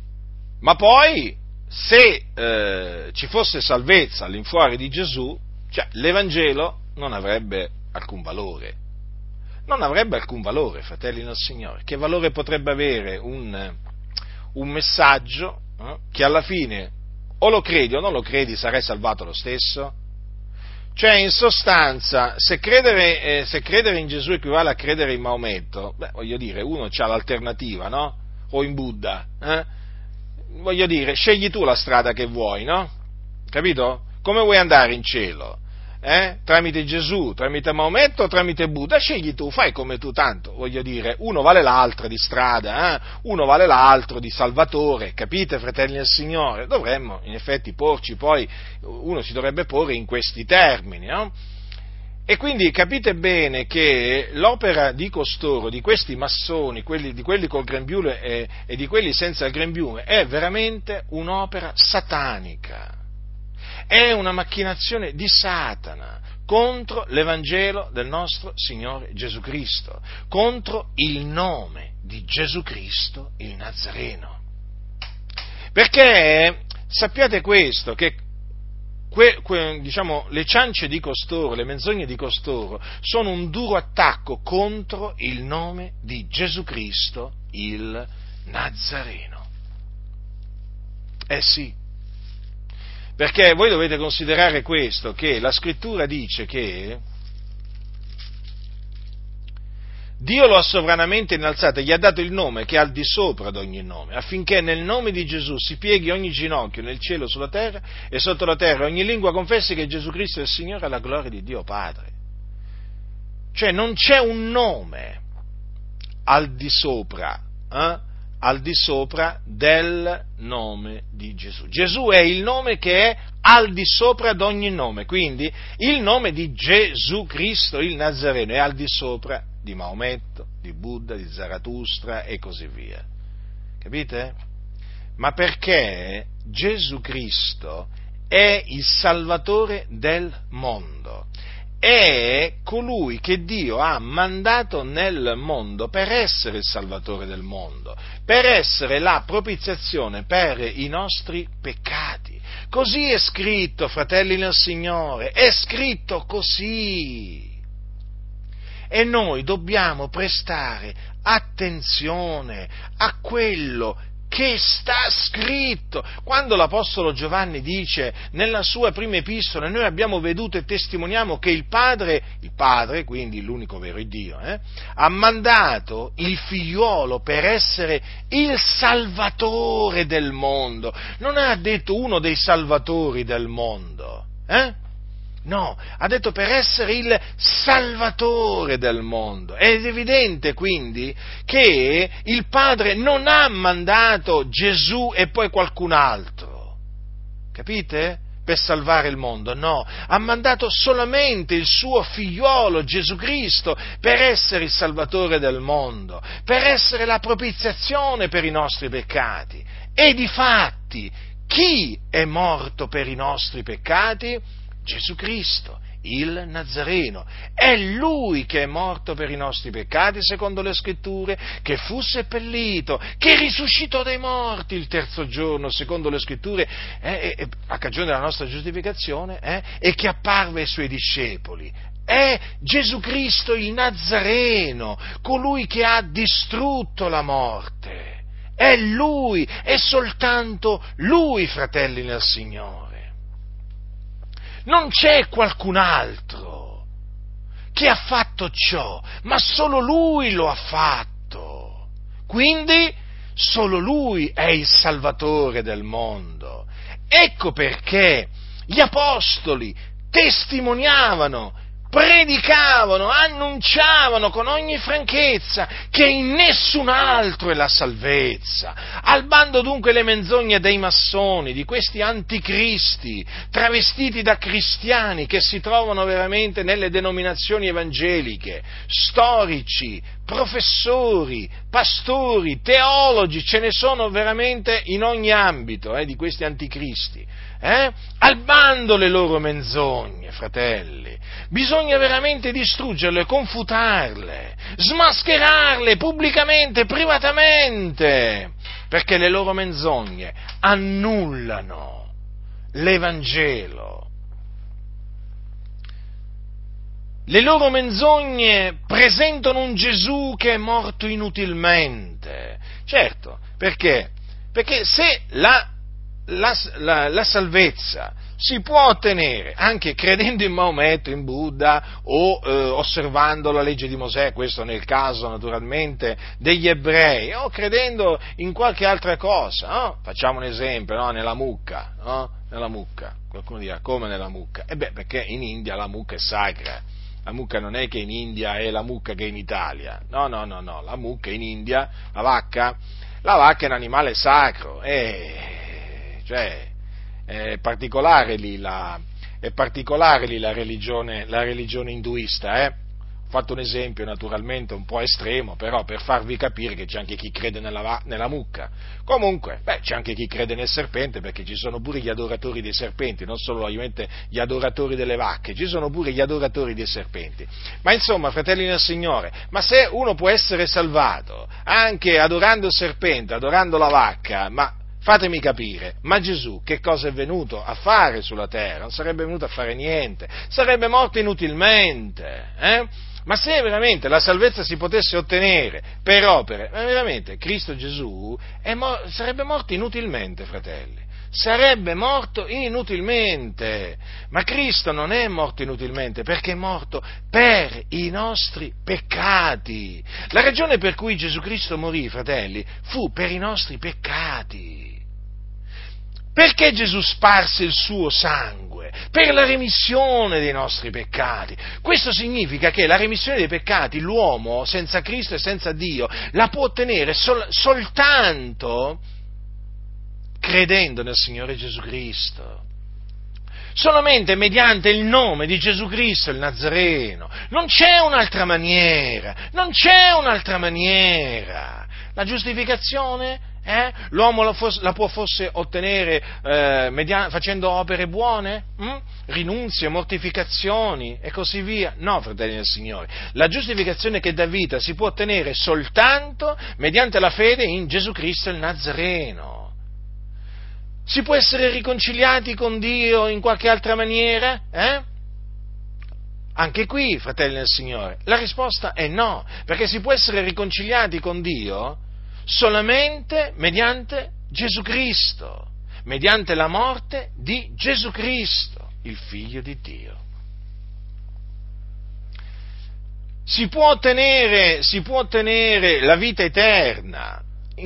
Ma poi, se ci fosse salvezza all'infuori di Gesù, Cioè, l'Evangelo non avrebbe alcun valore. Non avrebbe alcun valore, fratelli nel Signore. Che valore potrebbe avere un messaggio che alla fine o lo credi o non lo credi, sarai salvato lo stesso? Cioè, in sostanza, se credere in Gesù equivale a credere in Maometto, voglio dire, uno c'ha l'alternativa, no? O in Buddha, voglio dire, scegli tu la strada che vuoi, no? Capito? Come vuoi andare in cielo? Tramite Gesù, tramite Maometto o tramite Buddha? Scegli tu, fai come tu, tanto, voglio dire, uno vale l'altro di strada, uno vale l'altro di salvatore, capite, fratelli del Signore? Dovremmo, in effetti, porci poi, uno si dovrebbe porre in questi termini, no? E quindi capite bene che l'opera di costoro, di questi massoni, di quelli col grembiule e di quelli senza il grembiule, è veramente un'opera satanica. È una macchinazione di Satana contro l'Evangelo del nostro Signore Gesù Cristo, contro il nome di Gesù Cristo il Nazareno. Perché sappiate questo, che le ciance di costoro, le menzogne di costoro, sono un duro attacco contro il nome di Gesù Cristo il Nazareno. Sì. Perché voi dovete considerare questo, che la Scrittura dice che Dio lo ha sovranamente innalzato e gli ha dato il nome che è al di sopra di ogni nome, affinché nel nome di Gesù si pieghi ogni ginocchio nel cielo, sulla terra e sotto la terra, ogni lingua confessi che Gesù Cristo è il Signore alla gloria di Dio Padre. Cioè non c'è un nome al di sopra del nome di Gesù. Gesù è il nome che è al di sopra di ogni nome, quindi il nome di Gesù Cristo il Nazareno è al di sopra di Maometto, di Buddha, di Zarathustra e così via. Capite? Ma perché Gesù Cristo è il Salvatore del mondo. È colui che Dio ha mandato nel mondo per essere il Salvatore del mondo, per essere la propiziazione per i nostri peccati. Così è scritto, fratelli nel Signore, è scritto così. E noi dobbiamo prestare attenzione a quello che sta scritto. Quando l'Apostolo Giovanni dice nella sua prima epistola, noi abbiamo veduto e testimoniamo che il Padre, quindi l'unico vero Dio, ha mandato il figliuolo per essere il Salvatore del mondo. Non ha detto uno dei salvatori del mondo, No, ha detto per essere il Salvatore del mondo. Ed è evidente quindi che il Padre non ha mandato Gesù e poi qualcun altro, capite? Per salvare il mondo, no, ha mandato solamente il suo figliolo Gesù Cristo per essere il Salvatore del mondo, per essere la propiziazione per i nostri peccati. E difatti, chi è morto per i nostri peccati? Gesù Cristo, il Nazareno. È Lui che è morto per i nostri peccati, secondo le Scritture, che fu seppellito, che risuscitò dai morti il terzo giorno, secondo le Scritture, a cagione della nostra giustificazione, e che apparve ai Suoi discepoli. È Gesù Cristo il Nazareno, colui che ha distrutto la morte. È Lui, è soltanto Lui, fratelli nel Signore. Non c'è qualcun altro che ha fatto ciò, ma solo Lui lo ha fatto. Quindi solo Lui è il Salvatore del mondo. Ecco perché gli Apostoli testimoniavano, predicavano, annunciavano con ogni franchezza che in nessun altro è la salvezza. Al bando dunque le menzogne dei massoni, di questi anticristi, travestiti da cristiani che si trovano veramente nelle denominazioni evangeliche, storici, professori, pastori, teologi, ce ne sono veramente in ogni ambito di questi anticristi. Al bando le loro menzogne, fratelli. Bisogna veramente distruggerle, confutarle, smascherarle pubblicamente, privatamente, perché le loro menzogne annullano l'Evangelo. le loro menzogne presentano un Gesù che è morto inutilmente. Certo, perché? Perché se la salvezza si può ottenere anche credendo in Maometto, in Buddha o osservando la legge di Mosè, questo nel caso naturalmente degli ebrei, o credendo in qualche altra cosa, no? Facciamo un esempio, no? Nella mucca, no? Nella mucca, qualcuno dirà come nella mucca? Perché in India la mucca è sacra. La mucca non è che in India è la mucca che è in Italia, no, la mucca in India, la vacca è un animale sacro, cioè, è particolare lì la religione induista, Ho fatto un esempio naturalmente un po' estremo, però per farvi capire che c'è anche chi crede nella mucca. Comunque, c'è anche chi crede nel serpente, perché ci sono pure gli adoratori dei serpenti, non solo ovviamente gli adoratori delle vacche, ci sono pure gli adoratori dei serpenti. Ma insomma, fratelli del Signore, ma se uno può essere salvato anche adorando il serpente, adorando la vacca, ma fatemi capire, ma Gesù che cosa è venuto a fare sulla terra? Non sarebbe venuto a fare niente, sarebbe morto inutilmente, Ma se veramente la salvezza si potesse ottenere per opere, ma veramente Cristo Gesù sarebbe morto inutilmente, fratelli. Sarebbe morto inutilmente, ma Cristo non è morto inutilmente perché è morto per i nostri peccati. La ragione per cui Gesù Cristo morì, fratelli, fu per i nostri peccati. Perché Gesù sparse il suo sangue? Per la remissione dei nostri peccati. Questo significa che la remissione dei peccati l'uomo senza Cristo e senza Dio la può ottenere soltanto credendo nel Signore Gesù Cristo. Solamente mediante il nome di Gesù Cristo il Nazareno. Non c'è un'altra maniera. La giustificazione? L'uomo la può forse ottenere facendo opere buone? Rinunzie, mortificazioni e così via? No, fratelli del Signore. La giustificazione che dà vita si può ottenere soltanto mediante la fede in Gesù Cristo il Nazareno. Si può essere riconciliati con Dio in qualche altra maniera? Anche qui, fratelli del Signore, la risposta è no, perché si può essere riconciliati con Dio solamente mediante Gesù Cristo, mediante la morte di Gesù Cristo, il Figlio di Dio. Si può ottenere la vita eterna,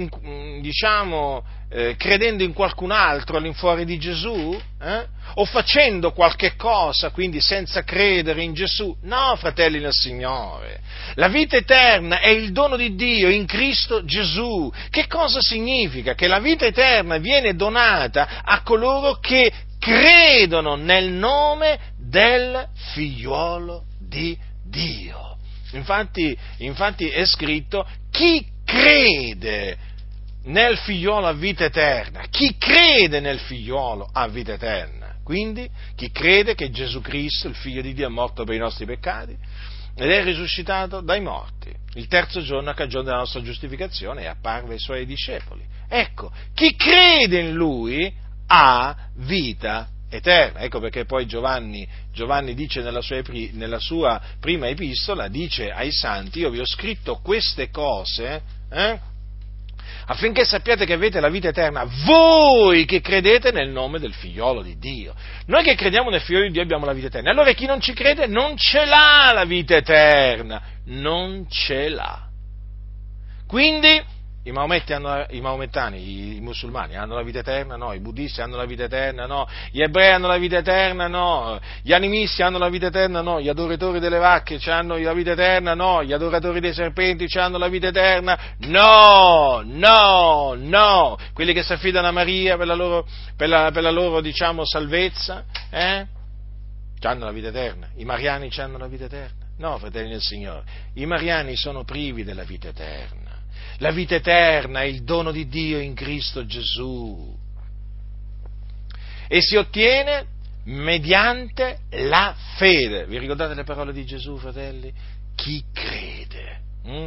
credendo in qualcun altro all'infuori di Gesù? O facendo qualche cosa, quindi senza credere in Gesù? No, fratelli del Signore. La vita eterna è il dono di Dio in Cristo Gesù. Che cosa significa? Che la vita eterna viene donata a coloro che credono nel nome del Figliuolo di Dio. Infatti è scritto: chi crede nel Figliolo ha vita eterna. Chi crede nel Figliolo ha vita eterna. Quindi chi crede che Gesù Cristo, il Figlio di Dio, è morto per i nostri peccati ed è risuscitato dai morti il terzo giorno a cagione della nostra giustificazione, e apparve ai suoi discepoli. Ecco, chi crede in Lui ha vita eterna. Ecco perché poi Giovanni dice nella sua prima epistola, dice ai santi: io vi ho scritto queste cose affinché sappiate che avete la vita eterna, voi che credete nel nome del Figliolo di Dio. Noi che crediamo nel Figliolo di Dio abbiamo la vita eterna. Allora chi non ci crede non ce l'ha la vita eterna, non ce l'ha. Quindi i maomettani, i musulmani hanno la vita eterna? No. I buddisti hanno la vita eterna? No. Gli ebrei hanno la vita eterna? No. Gli animisti hanno la vita eterna? No. Gli adoratori delle vacche hanno la vita eterna? No. Gli adoratori dei serpenti hanno la vita eterna? No. Quelli che si affidano a Maria per la loro salvezza, hanno la vita eterna. I mariani hanno la vita eterna? No, fratelli del Signore. I mariani sono privi della vita eterna. La vita eterna è il dono di Dio in Cristo Gesù e si ottiene mediante la fede. Vi ricordate le parole di Gesù, fratelli? Chi crede?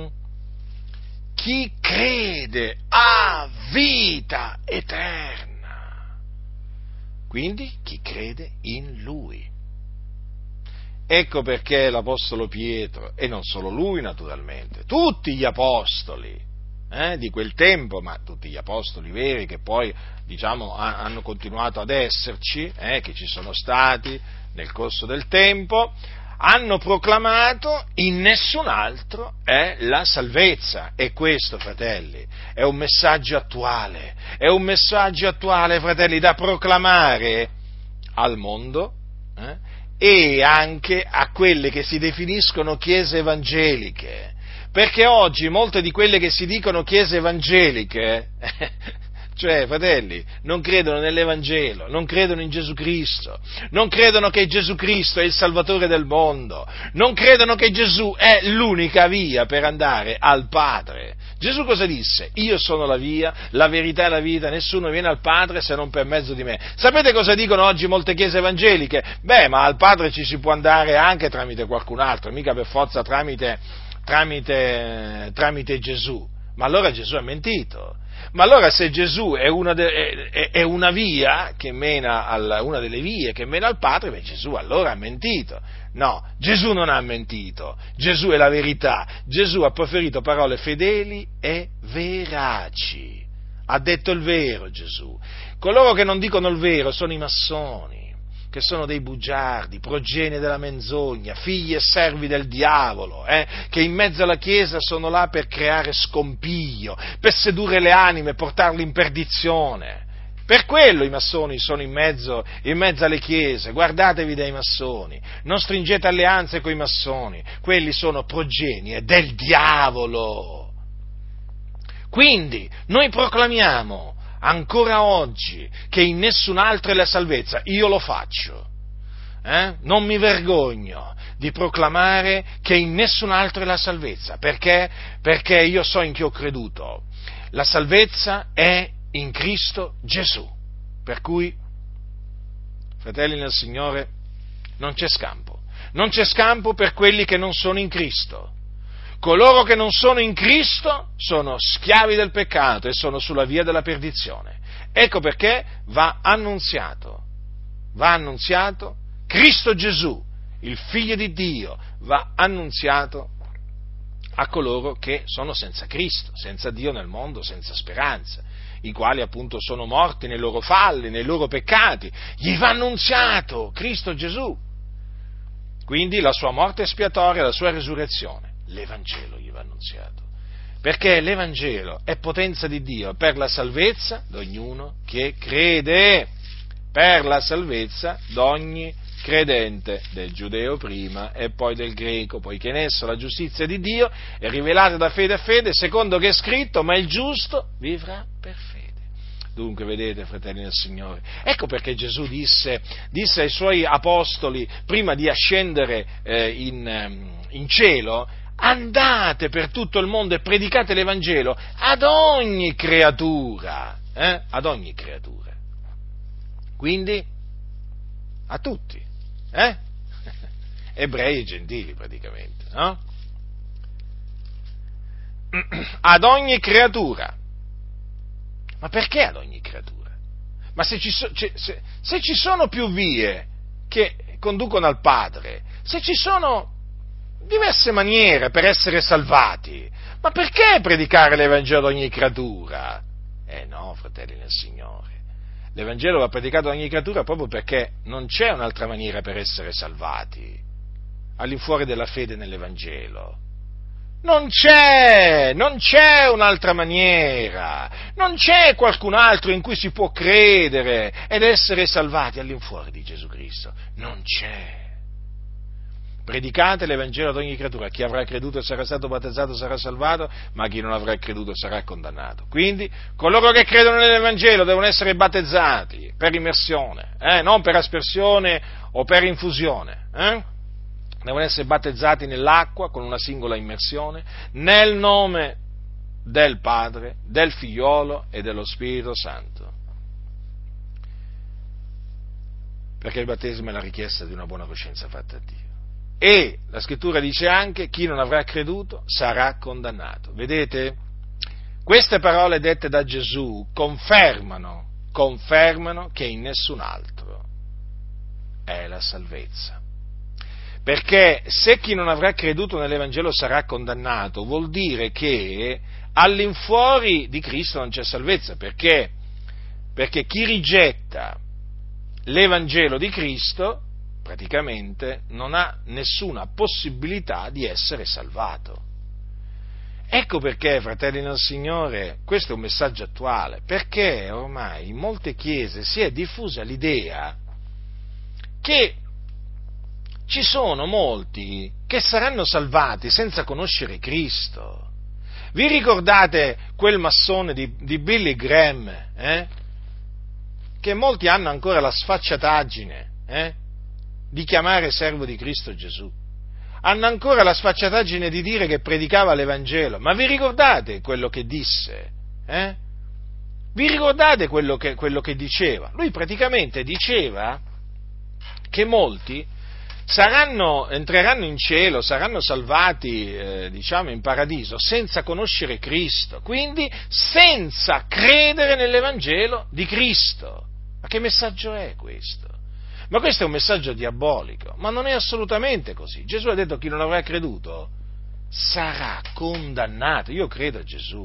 Chi crede ha vita eterna. Quindi chi crede in Lui. Ecco perché l'Apostolo Pietro, e non solo lui naturalmente, tutti gli Apostoli di quel tempo, ma tutti gli Apostoli veri che poi hanno continuato ad esserci, che ci sono stati nel corso del tempo, hanno proclamato in nessun altro è la salvezza. E questo, fratelli, è un messaggio attuale, fratelli, da proclamare al mondo, e anche a quelle che si definiscono chiese evangeliche, perché oggi molte di quelle che si dicono chiese evangeliche, cioè, fratelli, non credono nell'Evangelo, non credono in Gesù Cristo, non credono che Gesù Cristo è il Salvatore del mondo, non credono che Gesù è l'unica via per andare al Padre. Gesù cosa disse? Io sono la via, la verità e la vita, nessuno viene al Padre se non per mezzo di me. Sapete cosa dicono oggi molte chiese evangeliche? Beh, ma al Padre ci si può andare anche tramite qualcun altro, mica per forza tramite Gesù. Ma allora Gesù ha mentito. Ma allora se Gesù è una via che mena una delle vie che mena al Padre, beh, Gesù allora ha mentito. No, Gesù non ha mentito, Gesù è la verità, Gesù ha proferito parole fedeli e veraci, ha detto il vero Gesù. Coloro che non dicono il vero sono i massoni, che sono dei bugiardi, progenie della menzogna, figli e servi del diavolo, che in mezzo alla Chiesa sono là per creare scompiglio, per sedurre le anime e portarle in perdizione. Per quello i massoni sono in mezzo alle chiese, guardatevi dai massoni, non stringete alleanze con i massoni, quelli sono progenie del diavolo. Quindi noi proclamiamo ancora oggi che in nessun altro è la salvezza, io lo faccio, non mi vergogno di proclamare che in nessun altro è la salvezza, perché io so in chi ho creduto, la salvezza è in Cristo Gesù, per cui, fratelli nel Signore, non c'è scampo per quelli che non sono in Cristo. Coloro che non sono in Cristo sono schiavi del peccato e sono sulla via della perdizione. Ecco perché va annunziato Cristo Gesù, il Figlio di Dio, va annunziato a coloro che sono senza Cristo, senza Dio nel mondo, senza speranza, i quali appunto sono morti nei loro falli, nei loro peccati. Gli va annunziato Cristo Gesù, quindi la sua morte espiatoria, la sua resurrezione. L'Evangelo gli va annunziato, perché l'Evangelo è potenza di Dio per la salvezza di ognuno che crede, per la salvezza d'ogni credente, del giudeo prima e poi del greco, poiché in esso la giustizia di Dio è rivelata da fede a fede, secondo che è scritto, ma il giusto vivrà per fede. Dunque, vedete, fratelli del Signore, ecco perché Gesù disse ai suoi apostoli, prima di ascendere in cielo: andate per tutto il mondo e predicate l'Evangelo ad ogni creatura, ad ogni creatura. Quindi, a tutti, ebrei e gentili praticamente, no? Ad ogni creatura. Ma perché ad ogni creatura? Ma se ci sono più vie che conducono al Padre, se ci sono diverse maniere per essere salvati, ma perché predicare l'Evangelo ad ogni creatura? No, fratelli nel Signore, l'Evangelo va predicato ad ogni creatura proprio perché non c'è un'altra maniera per essere salvati, all'infuori della fede nell'Evangelo. Non c'è un'altra maniera, non c'è qualcun altro in cui si può credere ed essere salvati all'infuori di Gesù Cristo, non c'è. Predicate l'Evangelo ad ogni creatura, chi avrà creduto e sarà stato battezzato sarà salvato, ma chi non avrà creduto sarà condannato. Quindi coloro che credono nell'Evangelo devono essere battezzati per immersione, non per aspersione o per infusione, devono essere battezzati nell'acqua con una singola immersione, nel nome del Padre, del Figliolo e dello Spirito Santo. Perché il battesimo è la richiesta di una buona coscienza fatta a Dio. E la Scrittura dice anche: chi non avrà creduto sarà condannato. Vedete? Queste parole dette da Gesù confermano che in nessun altro è la salvezza. Perché se chi non avrà creduto nell'Evangelo sarà condannato, vuol dire che all'infuori di Cristo non c'è salvezza. Perché? Perché chi rigetta l'Evangelo di Cristo praticamente non ha nessuna possibilità di essere salvato. Ecco perché, fratelli nel Signore, questo è un messaggio attuale, perché ormai in molte chiese si è diffusa l'idea che ci sono molti che saranno salvati senza conoscere Cristo. Vi ricordate quel massone di Billy Graham, che molti hanno ancora la sfacciataggine, di chiamare servo di Cristo Gesù? Hanno ancora la sfacciataggine di dire che predicava l'Evangelo, ma vi ricordate quello che disse? Vi ricordate quello che diceva? Lui praticamente diceva che molti entreranno in cielo, saranno salvati, in paradiso, senza conoscere Cristo, quindi senza credere nell'Evangelo di Cristo. Ma che messaggio è questo? Ma questo è un messaggio diabolico, ma non è assolutamente così. Gesù ha detto: chi non avrà creduto sarà condannato. Io credo a Gesù.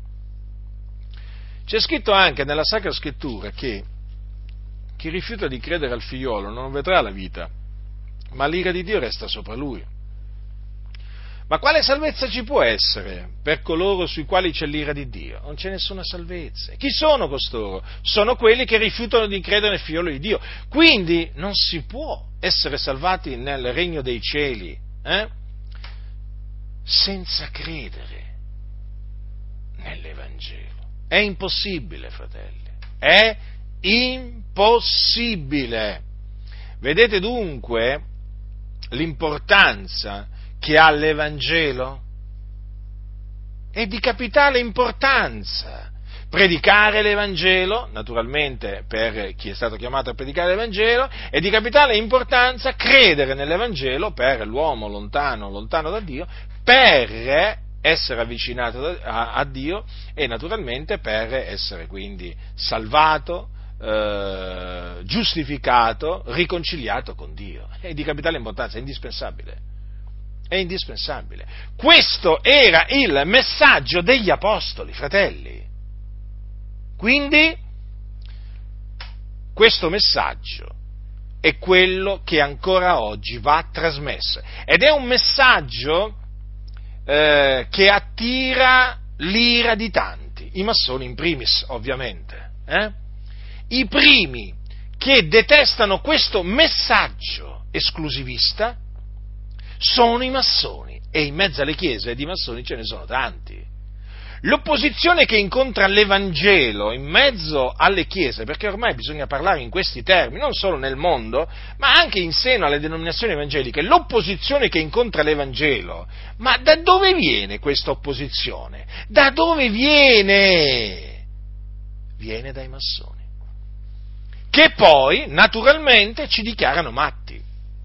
C'è scritto anche nella Sacra Scrittura che chi rifiuta di credere al figliolo non vedrà la vita, ma l'ira di Dio resta sopra lui. Ma quale salvezza ci può essere per coloro sui quali c'è l'ira di Dio? Non c'è nessuna salvezza. Chi sono costoro? Sono quelli che rifiutano di credere nel figliolo di Dio. Quindi non si può essere salvati nel regno dei cieli senza credere nell'Evangelo. È impossibile, fratelli. È impossibile. Vedete dunque l'importanza che ha l'Evangelo? È di capitale importanza. Predicare l'Evangelo, naturalmente per chi è stato chiamato a predicare l'Evangelo, è di capitale importanza credere nell'Evangelo per l'uomo lontano da Dio, per essere avvicinato a Dio e naturalmente per essere quindi salvato, giustificato, riconciliato con Dio. È di capitale importanza, è indispensabile. È indispensabile. Questo era il messaggio degli apostoli, fratelli. Quindi, questo messaggio è quello che ancora oggi va trasmesso. Ed è un messaggio che attira l'ira di tanti, i massoni in primis, ovviamente. I primi che detestano questo messaggio esclusivista sono i massoni, e in mezzo alle chiese di massoni ce ne sono tanti. L'opposizione che incontra l'Evangelo in mezzo alle chiese, perché ormai bisogna parlare in questi termini, non solo nel mondo, ma anche in seno alle denominazioni evangeliche, l'opposizione che incontra l'Evangelo, ma da dove viene questa opposizione? Da dove viene? Viene dai massoni, che poi, naturalmente, ci dichiarano matti.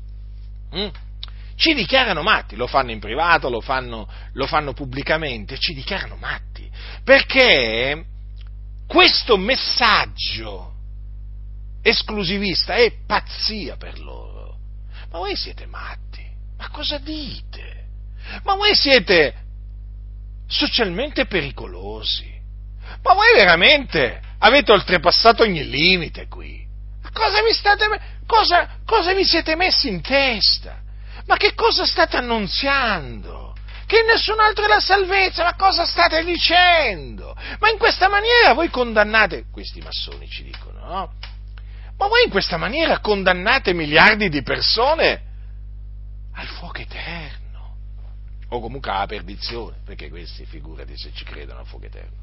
Ci dichiarano matti, lo fanno in privato, lo fanno pubblicamente, ci dichiarano matti, perché questo messaggio esclusivista è pazzia per loro. Ma voi siete matti? Ma cosa dite? Ma voi siete socialmente pericolosi? Ma voi veramente avete oltrepassato ogni limite qui? Ma cosa vi siete messi in testa? Ma che cosa state annunziando? Che nessun altro è la salvezza, ma cosa state dicendo? Ma in questa maniera voi condannate, questi massoni ci dicono, no? Ma voi in questa maniera condannate miliardi di persone al fuoco eterno, o comunque alla perdizione, perché questi, figurati se ci credono al fuoco eterno.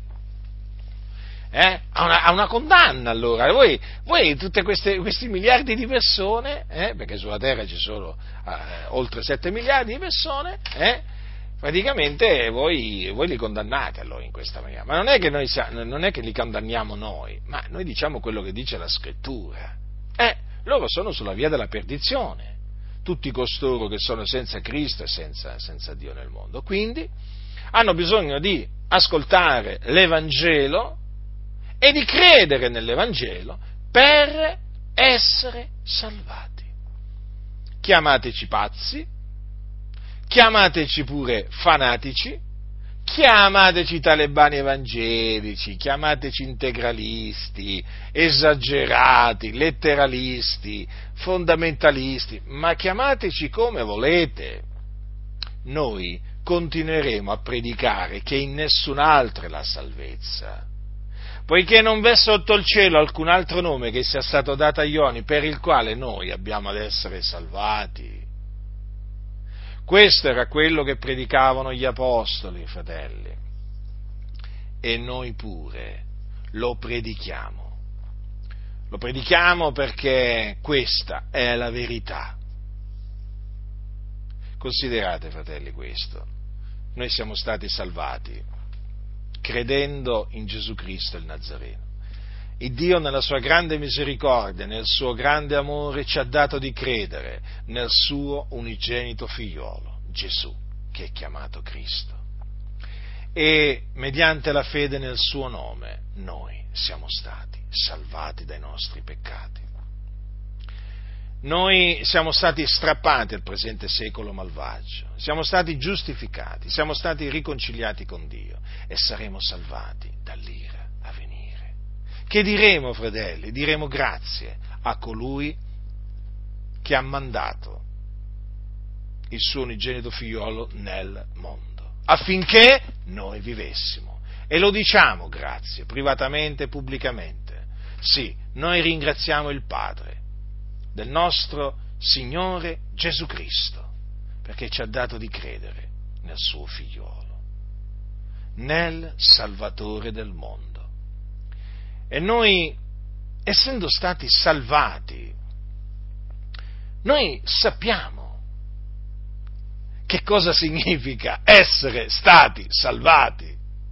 A una condanna, allora. Voi tutte questi miliardi di persone, perché sulla terra ci sono oltre 7 miliardi di persone, praticamente voi li condannate allora in questa maniera. Ma non è che li condanniamo noi, ma noi diciamo quello che dice la Scrittura. Loro sono sulla via della perdizione, tutti costoro che sono senza Cristo e senza Dio nel mondo. Quindi hanno bisogno di ascoltare l'Evangelo e di credere nell'Evangelo per essere salvati. chiamateci pazzi, chiamateci pure fanatici, chiamateci talebani evangelici, chiamateci integralisti, esagerati, letteralisti, fondamentalisti, ma chiamateci come volete. Noi continueremo a predicare che in nessun altro è la salvezza, poiché non v'è sotto il cielo alcun altro nome che sia stato dato agli uomini per il quale noi abbiamo ad essere salvati. Questo era quello che predicavano gli apostoli, fratelli, e noi pure lo predichiamo. Lo predichiamo perché questa è la verità. Considerate, fratelli, questo. Noi siamo stati salvati credendo in Gesù Cristo il Nazareno. Il Dio nella sua grande misericordia, nel suo grande amore ci ha dato di credere nel suo unigenito figliolo, Gesù, che è chiamato Cristo. E mediante la fede nel suo nome noi siamo stati salvati dai nostri peccati. Noi siamo stati strappati al presente secolo malvagio, siamo stati giustificati, siamo stati riconciliati con Dio e saremo salvati dall'ira a venire. Che diremo, fratelli? Diremo grazie a colui che ha mandato il suo unigenito figliolo nel mondo, affinché noi vivessimo. E lo diciamo grazie, privatamente e pubblicamente. Sì, noi ringraziamo il Padre del nostro Signore Gesù Cristo, perché ci ha dato di credere nel suo figliolo, nel Salvatore del mondo. E noi, essendo stati salvati, noi sappiamo che cosa significa essere stati salvati.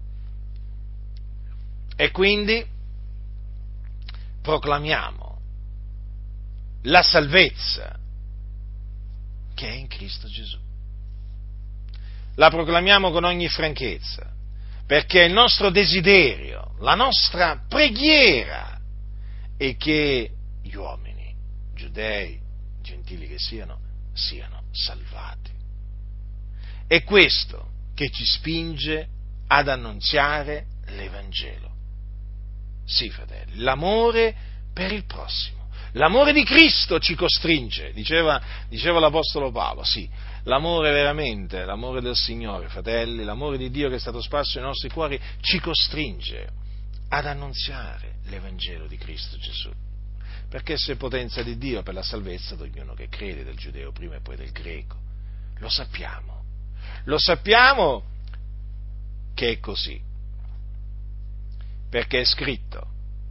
E quindi proclamiamo la salvezza che è in Cristo Gesù. La proclamiamo con ogni franchezza, perché il nostro desiderio, la nostra preghiera è che gli uomini, giudei, gentili che siano salvati. È questo che ci spinge ad annunziare l'Evangelo. Sì, fratelli, l'amore per il prossimo. L'amore di Cristo ci costringe, diceva l'Apostolo Paolo, sì, l'amore veramente, l'amore del Signore, fratelli, l'amore di Dio che è stato sparso nei nostri cuori ci costringe ad annunziare l'Evangelo di Cristo Gesù, perché esso è potenza di Dio per la salvezza di ognuno che crede, del giudeo prima e poi del greco. Lo sappiamo che è così, perché è scritto.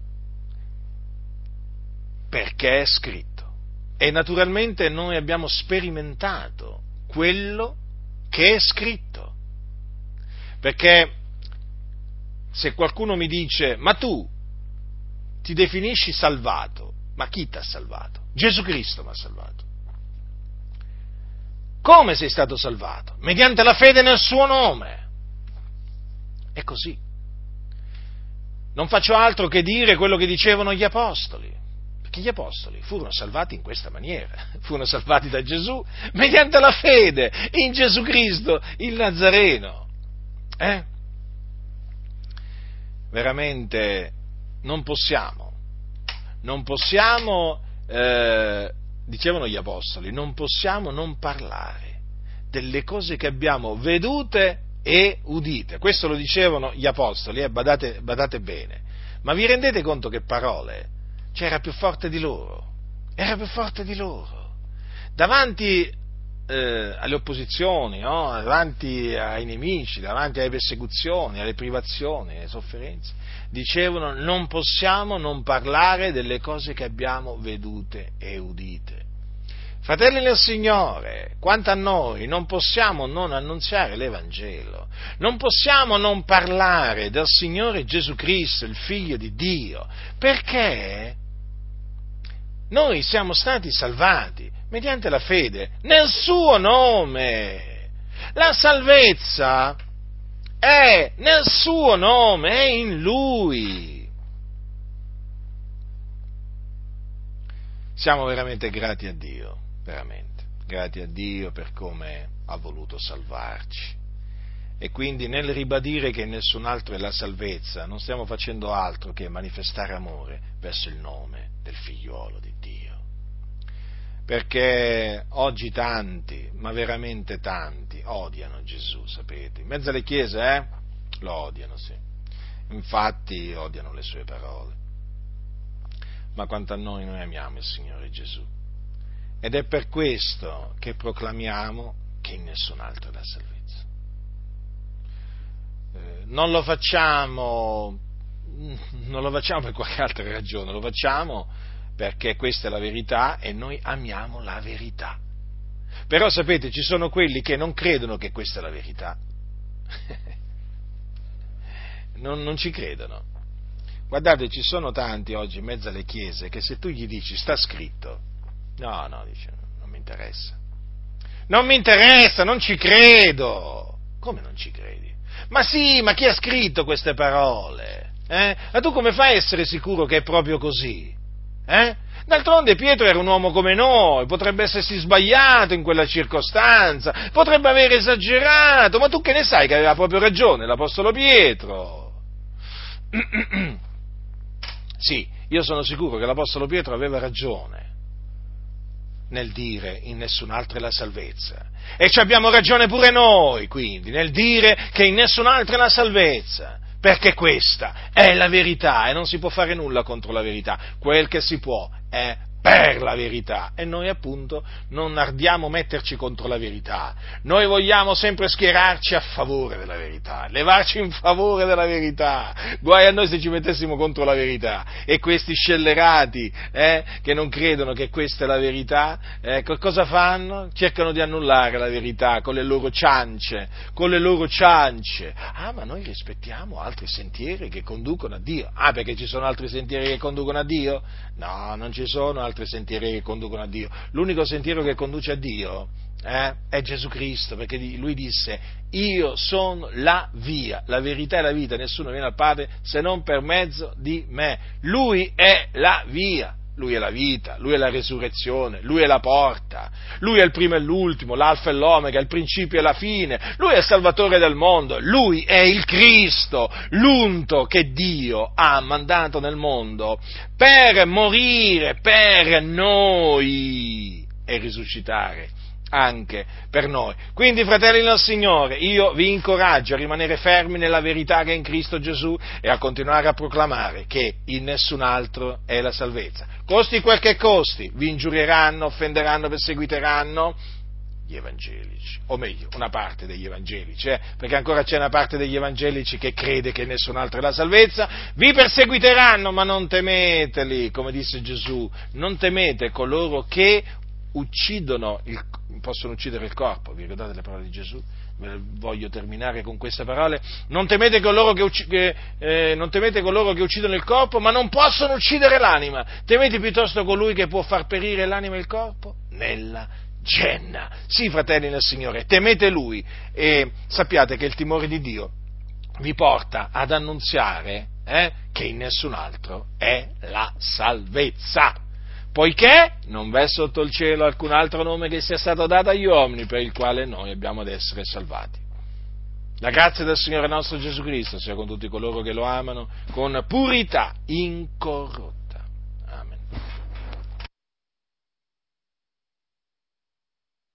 E naturalmente noi abbiamo sperimentato quello che è scritto, perché se qualcuno mi dice: ma tu ti definisci salvato, ma chi ti ha salvato? Gesù Cristo mi ha salvato. Come sei stato salvato? Mediante la fede nel suo nome. È così. Non faccio altro che dire quello che dicevano gli apostoli. Che gli apostoli furono salvati in questa maniera, furono salvati da Gesù mediante la fede in Gesù Cristo il Nazareno. Veramente non possiamo, dicevano gli apostoli, non possiamo non parlare delle cose che abbiamo vedute e udite. Questo lo dicevano gli apostoli, badate bene, ma vi rendete conto che parole? Cioè era più forte di loro, davanti alle opposizioni, no? Davanti ai nemici, davanti alle persecuzioni, alle privazioni, alle sofferenze, dicevano: non possiamo non parlare delle cose che abbiamo vedute e udite. Fratelli nel Signore, quanto a noi, non possiamo non annunziare l'Evangelo, non possiamo non parlare del Signore Gesù Cristo, il Figlio di Dio, perché noi siamo stati salvati mediante la fede nel suo nome. La salvezza è nel suo nome, è in Lui. Siamo veramente grati a Dio, veramente. grati a Dio per come ha voluto salvarci. E quindi nel ribadire che nessun altro è la salvezza, non stiamo facendo altro che manifestare amore verso il nome del figliuolo di Dio. Perché oggi tanti, ma veramente tanti, odiano Gesù, sapete. In mezzo alle chiese, lo odiano, sì. Infatti odiano le sue parole. Ma quanto a noi amiamo il Signore Gesù. Ed è per questo che proclamiamo che in nessun altro è la salvezza. Non lo facciamo per qualche altra ragione, lo facciamo perché questa è la verità e noi amiamo la verità. Però sapete, ci sono quelli che non credono che questa è la verità. non ci credono. Guardate, ci sono tanti oggi in mezzo alle chiese che se tu gli dici sta scritto, no, dice, non mi interessa. Non mi interessa, non ci credo. Come non ci credi? Ma sì, ma chi ha scritto queste parole? Ma tu come fai a essere sicuro che è proprio così? D'altronde Pietro era un uomo come noi, potrebbe essersi sbagliato in quella circostanza, potrebbe aver esagerato, ma tu che ne sai che aveva proprio ragione l'Apostolo Pietro? Sì, io sono sicuro che l'Apostolo Pietro aveva ragione nel dire in nessun altro è la salvezza. E ci abbiamo ragione pure noi, quindi, nel dire che in nessun altro è la salvezza, perché questa è la verità e non si può fare nulla contro la verità. Quel che si può è per la verità e noi appunto non ardiamo metterci contro la verità, noi vogliamo sempre schierarci a favore della verità, levarci in favore della verità, guai a noi se ci mettessimo contro la verità. E questi scellerati che non credono che questa è la verità, cosa fanno? Cercano di annullare la verità con le loro ciance, ma noi rispettiamo altri sentieri che conducono a Dio. Perché ci sono altri sentieri che conducono a Dio? No, non ci sono altri sentieri che conducono a Dio. L'unico sentiero che conduce a Dio è Gesù Cristo, perché lui disse: io sono la via, la verità e la vita, nessuno viene al Padre se non per mezzo di me. Lui è la via, lui è la vita, lui è la resurrezione, lui è la porta, lui è il primo e l'ultimo, l'alfa e l'omega, il principio e la fine, lui è il salvatore del mondo, lui è il Cristo, l'unto che Dio ha mandato nel mondo per morire per noi e risuscitare anche per noi. Quindi, fratelli del Signore, io vi incoraggio a rimanere fermi nella verità che è in Cristo Gesù e a continuare a proclamare che in nessun altro è la salvezza. Costi quel che costi, vi ingiurieranno, offenderanno, perseguiteranno gli evangelici, o meglio, una parte degli evangelici, perché ancora c'è una parte degli evangelici che crede che nessun altro è la salvezza, vi perseguiteranno, ma non temeteli, come disse Gesù, non temete coloro che possono uccidere il corpo. Vi ricordate le parole di Gesù? Voglio terminare con queste parole: non temete coloro che uccidono il corpo, ma non possono uccidere l'anima. Temete piuttosto colui che può far perire l'anima e il corpo nella genna. Sì, fratelli nel Signore, temete Lui e sappiate che il timore di Dio vi porta ad annunziare che in nessun altro è la salvezza. Poiché non v'è sotto il cielo alcun altro nome che sia stato dato agli uomini per il quale noi abbiamo ad essere salvati. La grazia del Signore nostro Gesù Cristo sia con tutti coloro che lo amano con purità incorrotta.